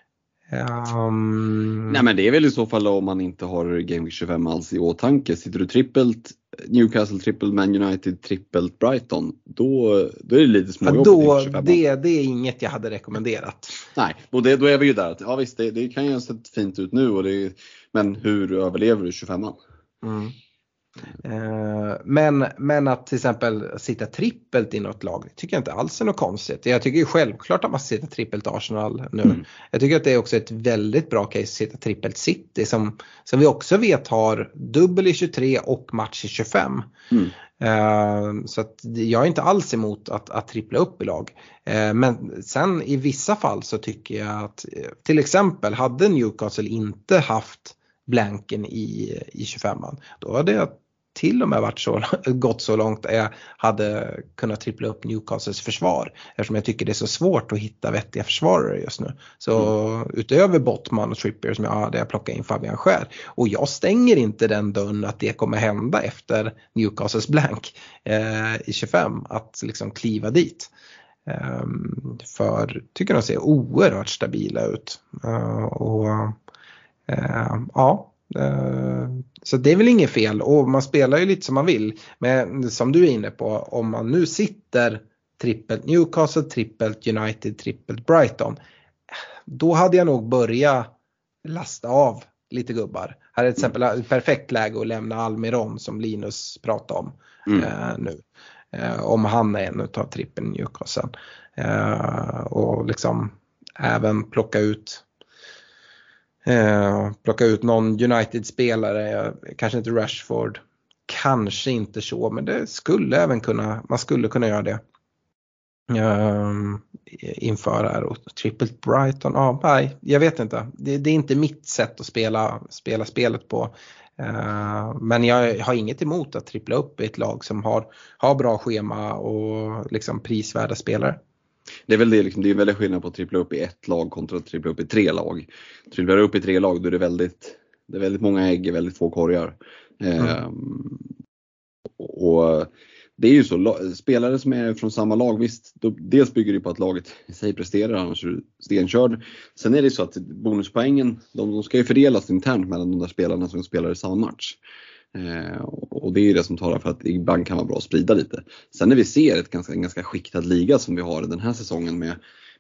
Nej, men det är väl i så fall om man inte har Game Week 25 alls i åtanke. Sitter du trippelt Newcastle, trippelt Man United, trippelt Brighton, då är det lite småjobb. Det är inget jag hade rekommenderat. Nej, och då är vi ju där att, ja visst, det kan ju ha sett fint ut nu, men hur överlever du 25an? Men att till exempel sitta trippelt i något lag tycker jag inte alls är något konstigt. Jag tycker ju självklart att man sitter trippelt Arsenal nu. Jag tycker att det är också ett väldigt bra case att sitta trippelt City som vi också vet har dubbel i 23 och match i 25. Så att jag är inte alls emot att trippla upp i lag. Men sen i vissa fall så tycker jag att till exempel hade Newcastle inte haft blanken i 25an, då hade jag till och med gått så långt att jag hade kunnat trippla upp Newcastles försvar, eftersom jag tycker det är så svårt att hitta vettiga försvarare just nu. Så utöver Botman och Trippier som jag hade plockat in Fabian Schär, och jag stänger inte den dörren att det kommer hända efter Newcastles blank i 25 att liksom kliva dit. För tycker de ser oerhört stabila ut. Så det är väl inget fel, och man spelar ju lite som man vill, men som du är inne på, om man nu sitter trippelt Newcastle, trippelt United, trippelt Brighton, då hade jag nog börjat lasta av lite gubbar. Här är till exempel ett perfekt läge att lämna Almiron som Linus pratade om nu, om han är en utav trippeln Newcastle, och liksom även plocka ut någon United-spelare, kanske inte Rashford, kanske inte så, men det skulle även man skulle kunna göra det inför här. Och trippelt Brighton, nej, jag vet inte, det är inte mitt sätt att spela spelet på, men jag har inget emot att trippla upp i ett lag som har bra schema och liksom prisvärda spelare. Det är väl det, liksom, det är väldigt skillnad på att trippla upp i ett lag kontra att trippla upp i 3 lag. Tripplar upp i 3 lag, då är det är väldigt många ägg i väldigt få korgar. Och det är ju så, spelare som är från samma lag, visst, dels bygger det på att laget i sig presterar, annars är det stenkörd. Sen är det så att bonuspoängen, de ska ju fördelas internt mellan de där spelarna som spelar i samma match. Och det är ju det som talar för att ibland kan vara bra att sprida lite. Sen när vi ser en ganska skiktad liga som vi har den här säsongen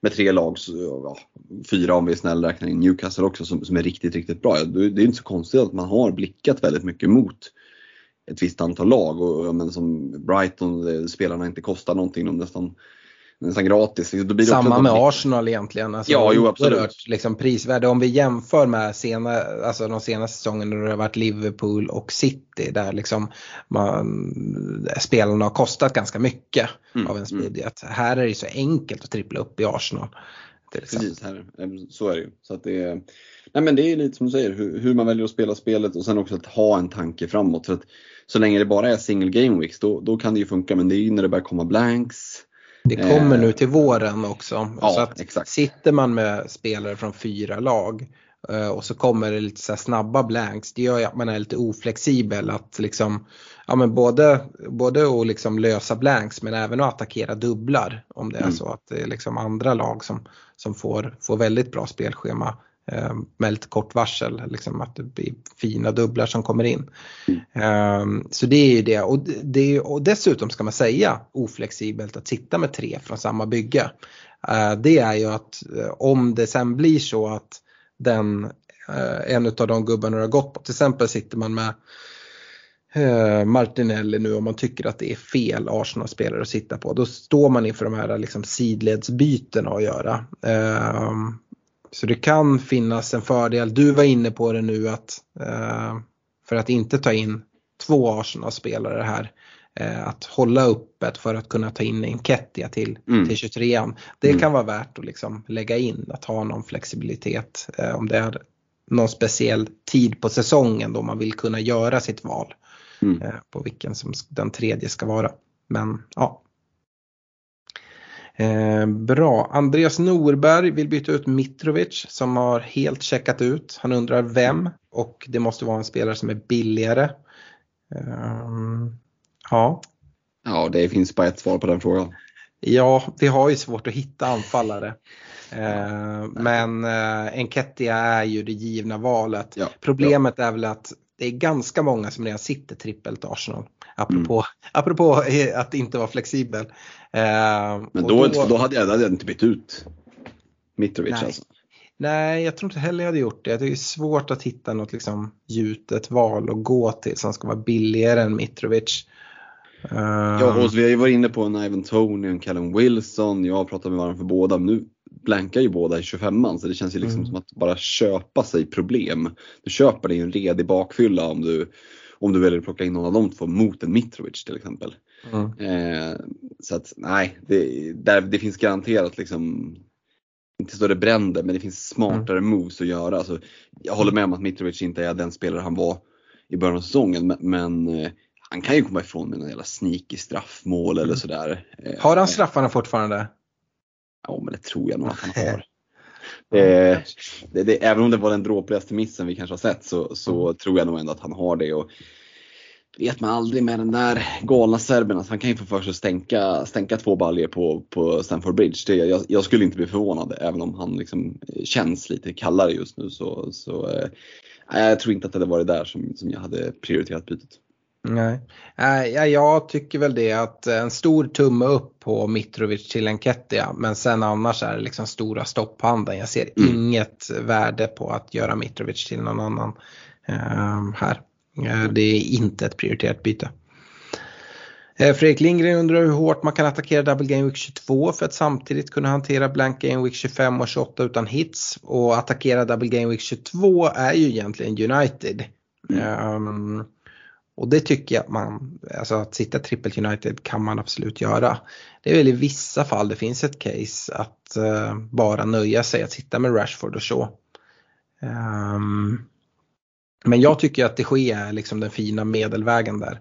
med 3 lag, så, 4 om vi är snälla räknar in Newcastle också som är riktigt, riktigt bra. Det är inte så konstigt att man har blickat väldigt mycket mot ett visst antal lag. Och men som Brighton, spelarna inte kostar någonting, de nästan gratis. Då blir det samma med Arsenal egentligen. Alltså, ja, absolut. Liksom prisvärde. Om vi jämför med de senaste säsongerna när det har varit Liverpool och City, där liksom spelarna har kostat ganska mycket av ens budget. Här är det så enkelt att trippla upp i Arsenal. Precis, så är det ju. Så att men det är lite som du säger, hur man väljer att spela spelet, och sen också att ha en tanke framåt. För att så länge det bara är single game weeks, då kan det ju funka, men det är ju när det börjar komma blanks. Det kommer nu till våren också. Ja, så att exakt. Sitter man med spelare från 4 lag och så kommer det lite så här snabba blanks, det gör ju att man är lite oflexibel att liksom, men både att liksom lösa blanks, men även att attackera dubblar om det är så att det är liksom andra lag som får väldigt bra spelschema med lite kort varsel, liksom att det blir fina dubblar som kommer in. Så det är ju det, och dessutom ska man säga oflexibelt att sitta med 3 från samma bygge. Det är ju att om det sen blir så att en av de gubbarna har gått på, till exempel sitter man med Martinelli nu, om man tycker att det är fel Arsenal-spelare att sitta på, då står man inför de här liksom sidledsbyten att göra. Så det kan finnas en fördel. Du var inne på det nu att för att inte ta in 2 Arsenal-spelare här, att hålla öppet för att kunna ta in en Nketiah till 23an. Det kan vara värt att liksom lägga in, att ha någon flexibilitet om det är någon speciell tid på säsongen då man vill kunna göra sitt val på vilken som den tredje ska vara. Men ja. Bra. Andreas Norberg vill byta ut Mitrovic som har helt checkat ut. Han undrar vem, och det måste vara en spelare som är billigare. Ja, det finns bara ett svar på den frågan. Ja, vi har ju svårt att hitta anfallare. Men Nketiah är ju det givna valet. Ja, problemet är väl att det är ganska många som redan sitter trippelt Arsenal. Apropå att inte vara flexibel. Men då hade jag inte bytt ut Mitrovic. Nej. Alltså. Nej, jag tror inte heller jag hade gjort det. Det är svårt att hitta något liksom gjutet val att gå till som ska vara billigare än Mitrovic. Ja, och vi har ju varit inne på en Ivan Toney och en Callum Wilson. Jag har pratat med varandra för båda, men nu blankar ju båda i 25an, så det känns ju liksom som att bara köpa sig problem. Du köper dig en redig bakfylla om du väljer att plocka in någon av de 2 mot en Mitrovic till exempel. Så att nej, det finns garanterat liksom, inte så det bränder, men det finns smartare moves att göra. Alltså, jag håller med om att Mitrovic inte är den spelare han var i början av säsongen, men han kan ju komma ifrån med en jävla sneaky straffmål eller sådär. Har han straffarna fortfarande? Ja, men det tror jag nog att han har. Även om det var den dråpligaste missen vi kanske har sett, så tror jag nog ändå att han har det. Och vet man aldrig med den där galna serben, att han kan ju få för sig att stänka 2 baljor på Stamford Bridge. Jag skulle inte bli förvånad, även om han liksom känns lite kallare just nu. Så jag tror inte att det hade varit där som jag hade prioriterat bytet. Nej, jag tycker väl det, att en stor tumme upp på Mitrovic till Nketiah, men sen annars är det liksom stora stopphanden. Jag ser inget värde på att göra Mitrovic till någon annan här. Det är inte ett prioriterat byte. Fredrik Lindgren undrar hur hårt man kan attackera Double Game Week 22 för att samtidigt kunna hantera Blank Game Week 25 och 28 utan hits. Och attackera Double Game Week 22 är ju egentligen United. Och det tycker jag att sitta trippelt United kan man absolut göra. Det är väl i vissa fall det finns ett case att bara nöja sig att sitta med Rashford och så. Men jag tycker att det sker är liksom den fina medelvägen där.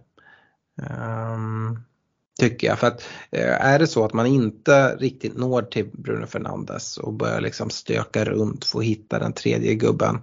Tycker jag. För att är det så att man inte riktigt når till Bruno Fernandes och börjar liksom stöka runt för att hitta den tredje gubben.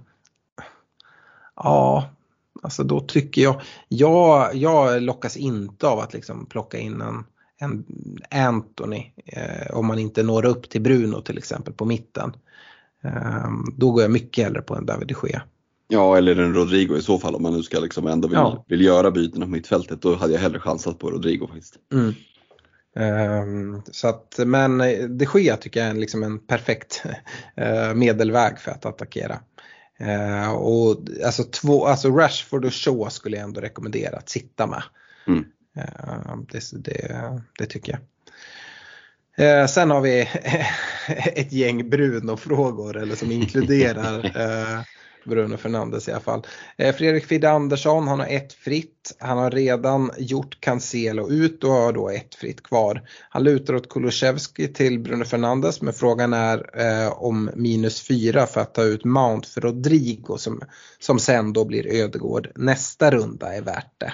Ja, alltså då tycker jag lockas inte av att liksom plocka in en Anthony om man inte når upp till Bruno till exempel på mitten. Då går jag mycket hellre på en David de Gea. Ja, eller en Rodrigo i så fall, om man nu ska liksom ändå vill göra byten på mittfältet, då hade jag hellre chansat på Rodrigo faktiskt. Så att, men De Gea tycker jag är liksom en perfekt medelväg för att attackera. Och alltså Rashford och Shaw skulle jag ändå rekommendera att sitta med. Det tycker jag. Sen har vi ett gäng Bruno-frågor, eller som inkluderar Bruno Fernandes i alla fall. Fredrik Fidde Andersson, han har ett fritt. Han har redan gjort Cancelo ut och har då ett fritt kvar. Han lutar åt Kulusevski till Bruno Fernandes, men frågan är om -4 för att ta ut Mount för Rodrigo som sen då blir Ödegård. Nästa runda är värt det.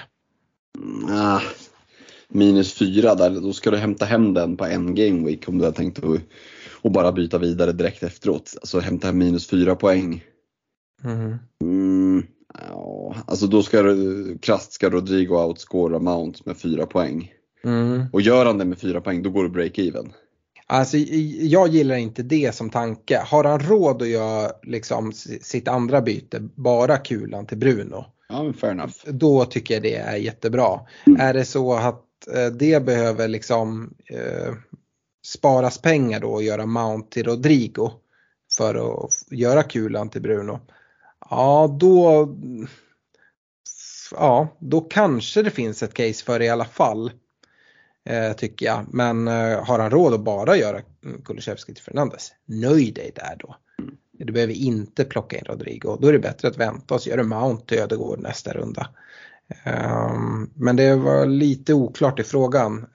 -4 där, då ska du hämta hem den på en game week om du har tänkt att bara byta vidare direkt efteråt. Alltså hämta hem -4 poäng. Ja, alltså då ska Rodrigo outscora Mount med 4 poäng. Och gör han det med 4 poäng, då går det break-even. Alltså jag gillar inte det som tanke. Har han råd att göra liksom sitt andra byte, bara kulan till Bruno? Ja, men fair enough. Då tycker jag det är jättebra. Är det så att det behöver liksom sparas pengar då och göra Mount till Rodrigo för att göra kulan till Bruno? Då kanske det finns ett case för det i alla fall, tycker jag. Men har han råd att bara göra Kulusevski till Fernandes, nöj dig där då. Du behöver inte plocka in Rodrigo. Då är det bättre att vänta och så gör du Mount till Ödegård nästa runda. Men det var lite oklart i frågan.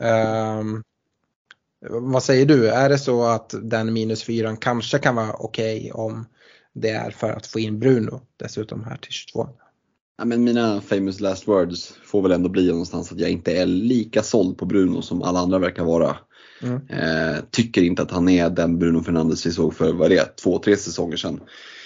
Vad säger du? Är det så att den -4 kanske kan vara okej om det är för att få in Bruno dessutom här till 22? Ja, men mina famous last words får väl ändå bli någonstans att jag inte är lika såld på Bruno som alla andra verkar vara. Tycker inte att han är den Bruno Fernandes vi såg för 2-3 säsonger sedan.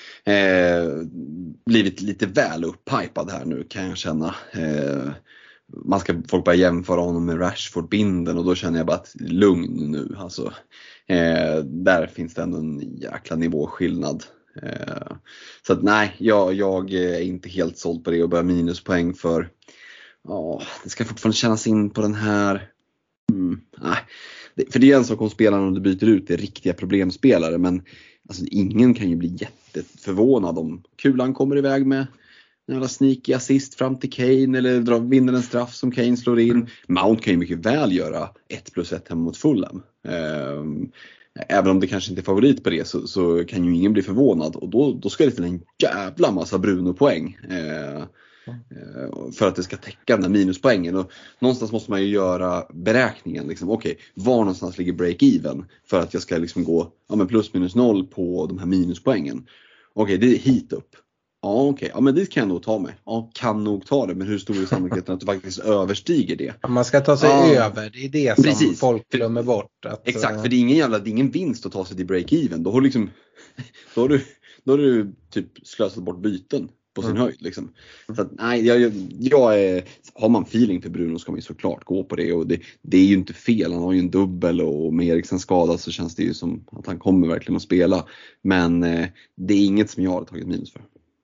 Blivit lite väl upphypad här nu, kan jag känna. Folk börjar jämföra honom med Rashford-binden och då känner jag bara att lugn nu. Alltså, där finns det ändå en jäkla nivåskillnad. Så att nej, jag är inte helt såld på det och börjar minuspoäng för det ska fortfarande kännas in på den här. Nej. För det är en sak om spelarna om du byter ut är riktiga problemspelare, men alltså, ingen kan ju bli jätteförvånad om kulan kommer iväg med en jävla sneaky assist fram till Kane eller vinner en straff som Kane slår in. Mount kan ju mycket väl göra 1+1 hemma mot Fulham. Även om det kanske inte är favorit på det så kan ju ingen bli förvånad. Och då ska det till en jävla massa Bruno-poäng för att det ska täcka den där minuspoängen. Och någonstans måste man ju göra beräkningen. Liksom, okej, var någonstans ligger break-even för att jag ska liksom gå +-0 på de här minuspoängen. Okej, det är hit upp. Men det kan jag nog ta mig. Kan nog ta det, men hur stor är sannolikheten att du faktiskt överstiger det? Man ska ta sig över, det är det som precis. Folk glömmer bort. Exakt, för det är ingen vinst att ta sig till break-even. Då har du typ slösat bort byten på sin höjd. Liksom. Så att, nej, har man feeling för Bruno ska man ju såklart gå på det. Och det är ju inte fel, han har ju en dubbel och med Eriksen skadad så känns det ju som att han kommer verkligen att spela. Men det är inget som jag har tagit minus för.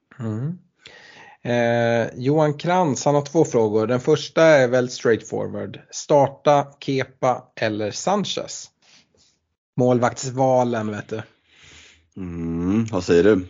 Johan Krantz, han har 2 frågor. Den första är väldigt straightforward. Starta Kepa eller Sanchez? Målvaktsvalen, vet du. Vad säger du?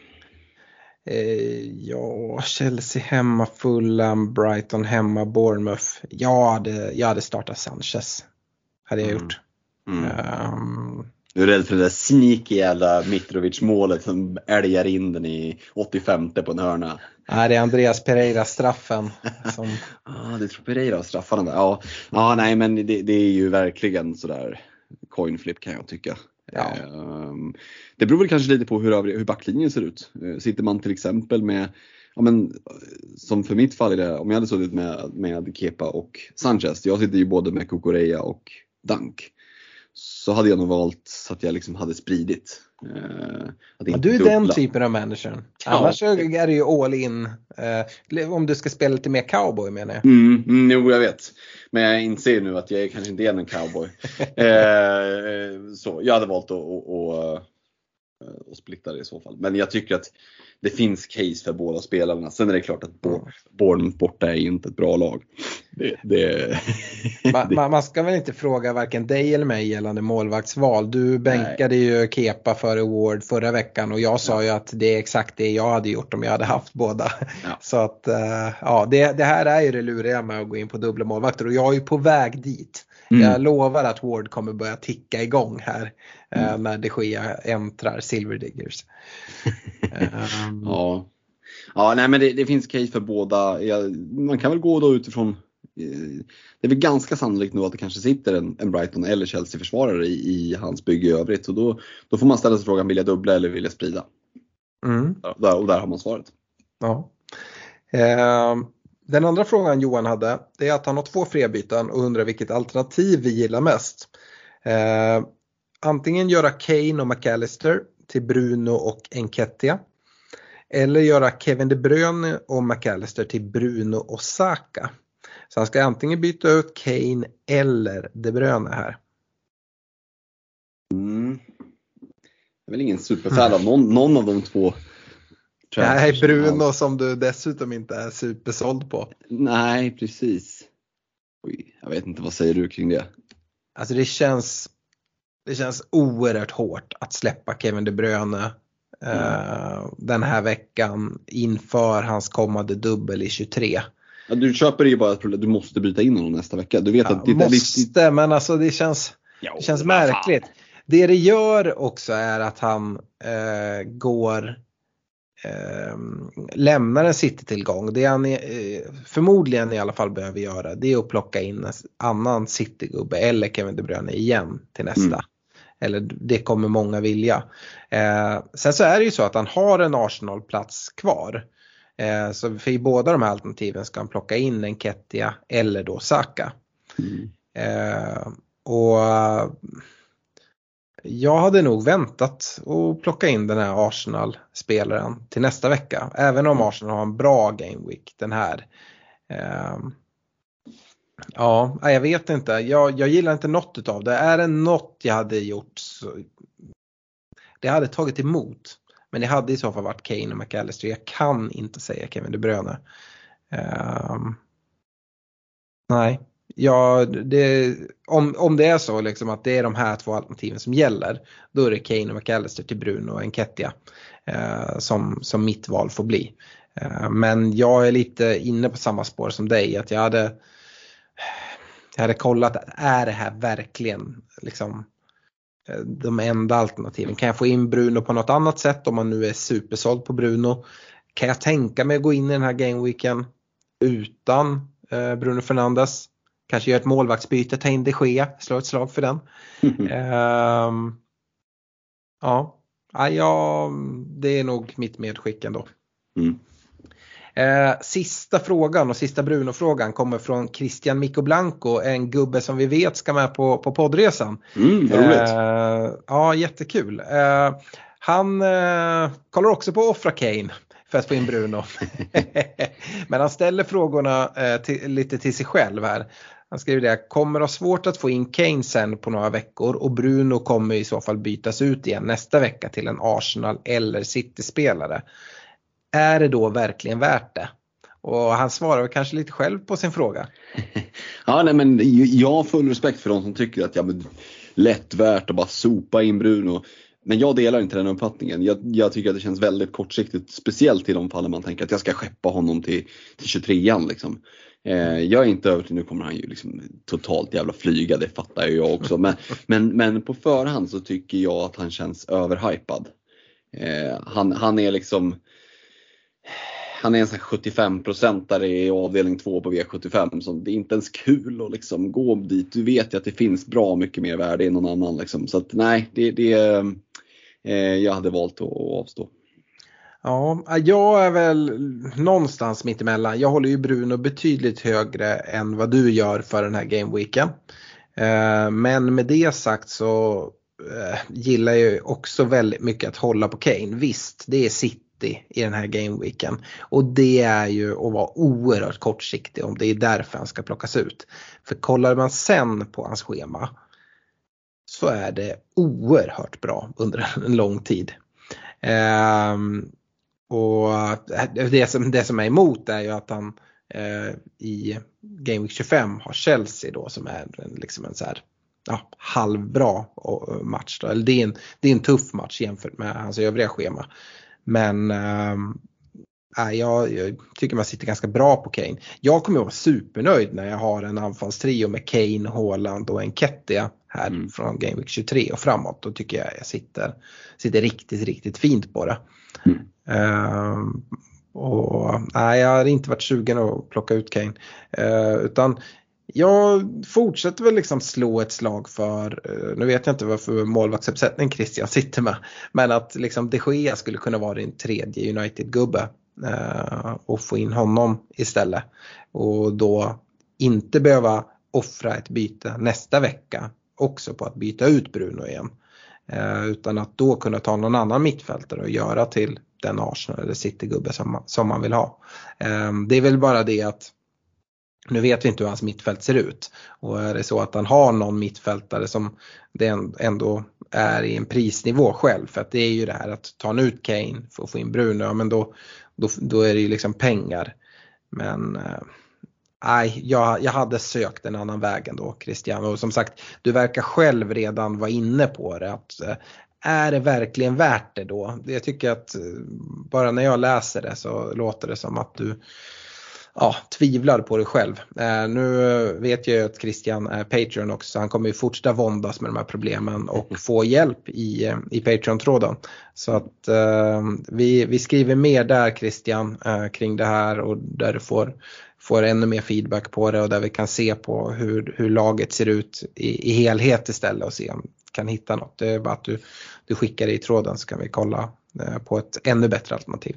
Chelsea hemma, Fulham, Brighton hemma, Bournemouth. Jag hade startat Sanchez. Hade jag gjort. Du är rädd för det där sneaky jävla Mitrovic-målet som älgar in den i 85 på en hörna. Nej, det är Andreas Pereira-straffen. Det tror Pereira straffar där. Nej, men det är ju verkligen sådär coin flip kan jag tycka. Ja. Det beror väl kanske lite på hur backlinjen ser ut. Sitter man till exempel med som för mitt fall är det, om jag hade suttit med Kepa och Sanchez, jag sitter ju både med Cucurella och Dunk, så hade jag nog valt så att jag liksom hade spridit. Du är den typen av människa. Annars är det ju all in. Om du ska spela lite mer cowboy, menar jag. Jo, jag vet. Men jag inser nu att jag kanske inte är en cowboy. Så jag hade valt att splitta det i så fall. Men jag tycker att det finns case för båda spelarna. Sen är det klart att Bournemouth borta är inte ett bra lag. Man ska väl inte fråga varken dig eller mig gällande målvaktsval. Du bänkade ju Kepa före Ward förra veckan och jag sa ju att det är exakt det jag hade gjort om jag hade haft båda. Ja. Så att det här är ju det luriga med att gå in på dubbla målvakter och jag är ju på väg dit. Jag lovar att Ward kommer börja ticka igång här när De Gea äntrar Silver Diggers. Ja, nej, men det finns case för båda. Man kan väl gå då utifrån. Det är väl ganska sannolikt nu att det kanske sitter en Brighton eller Chelsea-försvarare i hans bygge i övrigt. Så då får man ställa sig frågan, vill jag dubbla eller vill jag sprida? Och där har man svaret. Ja. Den andra frågan Johan hade, det är att han har 2 fribyten och undrar vilket alternativ vi gillar mest. Antingen göra Kane och McAllister till Bruno och Nketiah. Eller göra Kevin De Bruyne och McAllister till Bruno och Saka. Så han ska antingen byta ut Kane eller De Bruyne här. Jag är väl ingen superfan av någon av de två. Nej, Bruno som du dessutom inte är supersåld på. Nej, precis. Oj, jag vet inte, vad säger du kring det? Alltså det känns oerhört hårt att släppa Kevin De Bruyne den här veckan inför hans kommande dubbel i 23. Ja, du köper det ju bara att du måste byta in honom nästa vecka. Du vet att det måste, men alltså det känns märkligt. Det gör också är att han lämnar en City-tillgång. Det han förmodligen i alla fall behöver göra, det är att plocka in en annan City-gubbe eller Kevin De Bruyne igen till nästa. Eller det kommer många vilja. Sen så är det ju så att han har en Arsenal-plats kvar. Så för i båda de här alternativen ska han plocka in en Nketiah eller då Saka. Och jag hade nog väntat att plocka in den här Arsenal-spelaren till nästa vecka. Även om Arsenal har en bra game week den här. Ja, jag vet inte. Jag gillar inte något av det. Är det något jag hade gjort så det hade tagit emot. Men det hade i så fall varit Kane och McAllister. Jag kan inte säga Kevin De Bruyne. Nej. Ja, om det är så liksom att det är de här 2 alternativen som gäller, då är det Kane och McAllister till Bruno och Nketiah som mitt val får bli. Men jag är lite inne på samma spår som dig, att jag hade kollat, är det här verkligen liksom de enda alternativen? Kan jag få in Bruno på något annat sätt om man nu är supersåld på Bruno? Kan jag tänka mig att gå in i den här gameweeken utan Bruno Fernandes? Kanske göra ett målvaktsbyte, ta in De Gea, slå ett slag för den. Det är nog mitt medskick ändå. Sista frågan och sista Bruno-frågan kommer från Christian Mikko Blanco, en gubbe som vi vet ska med på poddresan. Ja, jättekul. Han kollar också på att offra Kane för att få in Bruno. Men han ställer frågorna lite till sig själv här. Han skriver det: kommer ha svårt att få in Kane sen på några veckor och Bruno kommer i så fall bytas ut igen nästa vecka till en Arsenal eller City-spelare. Är det då verkligen värt det? Och han svarar kanske lite själv på sin fråga. Ja, nej, men jag har full respekt för de som tycker att lätt värt att bara sopa in Bruno. Men jag delar inte den uppfattningen. Jag tycker att det känns väldigt kortsiktigt, speciellt i de fallen man tänker att jag ska skeppa honom till 23an liksom. Jag är inte över till, nu kommer han ju liksom totalt jävla flyga, det fattar jag också. Men på förhand så tycker jag att han känns överhypad. Han är liksom, han är en sån 75% i avdelning 2 på V75 som det är inte ens kul att liksom gå dit. Du vet ju att det finns bra mycket mer värde än någon annan liksom. Så att nej, jag hade valt att avstå. Ja, jag är väl någonstans mitt emellan. Jag håller ju Bruno betydligt högre än vad du gör för den här gameweeken. Men med det sagt så gillar jag ju också väldigt mycket att hålla på Kane. Visst, det är City i den här gameweeken. Och det är ju att vara oerhört kortsiktig om det är därför han ska plockas ut. För kollar man sen på hans schema så är det oerhört bra under en lång tid. Och det som är emot är ju att han i Game Week 25 har Chelsea då, som är liksom en så här halvbra match då. Eller det är en tuff match jämfört med hans övriga schema. Men jag tycker man sitter ganska bra på Kane. Jag kommer att vara supernöjd när jag har en anfallstrio med Kane, Haaland och Nketiah här från Game Week 23 och framåt. Då tycker jag sitter riktigt, riktigt fint på det. Jag har inte varit sugen att plocka ut Kane. Utan jag fortsätter väl liksom slå ett slag för, nu vet jag inte varför målvaktsuppsättning Christian sitter med, men att liksom De Gea skulle kunna vara din tredje United-gubbe och få in honom istället. Och då inte behöva offra ett byte nästa vecka också på att byta ut Bruno igen. Utan att då kunna ta någon annan mittfältare och göra till den Arsenal eller City-gubbe som man vill ha. Det är väl bara det att nu vet vi inte hur hans mittfält ser ut. Och är det så att han har någon mittfältare som det ändå är i en prisnivå själv. För att det är ju det här att ta ut Kane för att få in Bruno. Ja, men då är det ju liksom pengar. Men jag hade sökt en annan väg ändå, Christian. Och som sagt, du verkar själv redan vara inne på det. Att, är det verkligen värt det då? Jag tycker att bara när jag läser det så låter det som att du tvivlar på dig själv. Nu vet jag ju att Christian är Patreon också. Han kommer ju fortsätta våndas med de här problemen och få hjälp i Patreon-tråden. Så att vi skriver mer där, Christian, kring det här, och där du får ännu mer feedback på det och där vi kan se på hur laget ser ut i helhet istället och se om vi kan hitta något. Det är bara att du skickar det i tråden så kan vi kolla på ett ännu bättre alternativ.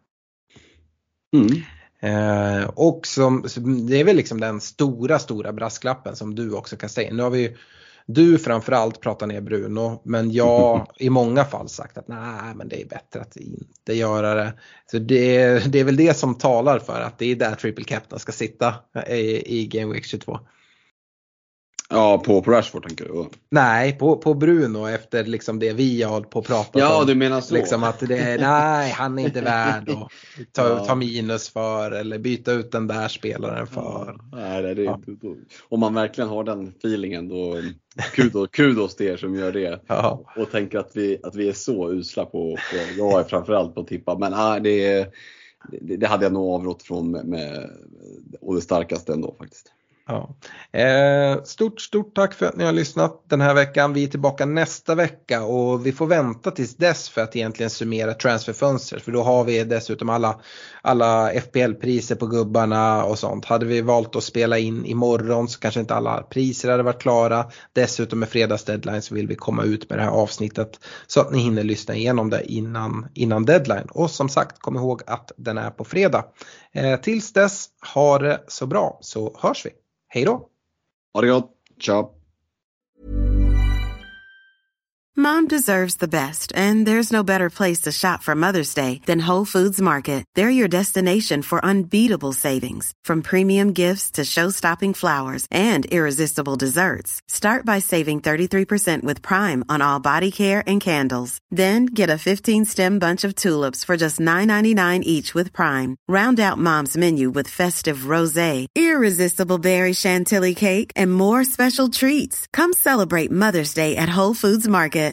Och det är väl liksom den stora brasklappen som du också kan säga. Nu har vi du framförallt pratar ner Bruno, men jag i många fall sagt att nej, men det är bättre att inte göra det. Så det är väl det som talar för att det är där triple captain ska sitta i Game Week 22. Ja, på Rashford tänker du? Nej, på Bruno efter liksom det vi har på att prata om. Ja, du menar så. Liksom att nej, han är inte värd att ta minus för eller byta ut den där spelaren för. Nej, det är inte. Om man verkligen har den feelingen då kudos till er som gör det. Ja. Och tänker att vi är så usla på jag är framförallt på att tippa. Men det hade jag nog avrått från med och det starkaste ändå faktiskt. Ja. Stort tack för att ni har lyssnat den här veckan. Vi är tillbaka nästa vecka och vi får vänta tills dess för att egentligen summera transferfönstret, för då har vi dessutom alla FPL-priser på gubbarna och sånt. Hade vi valt att spela in imorgon så kanske inte alla priser hade varit klara. Dessutom med fredagsdeadline så vill vi komma ut med det här avsnittet så att ni hinner lyssna igenom det innan deadline. Och som sagt, kom ihåg att den är på fredag. Tills dess, ha det så bra så hörs vi. Hej då! Ha det gott! Ciao! Mom deserves the best, and there's no better place to shop for Mother's Day than Whole Foods Market. They're your destination for unbeatable savings, from premium gifts to show-stopping flowers and irresistible desserts. Start by saving 33% with Prime on all body care and candles. Then get a 15-stem bunch of tulips for just $9.99 each with Prime. Round out Mom's menu with festive rosé, irresistible berry chantilly cake, and more special treats. Come celebrate Mother's Day at Whole Foods Market.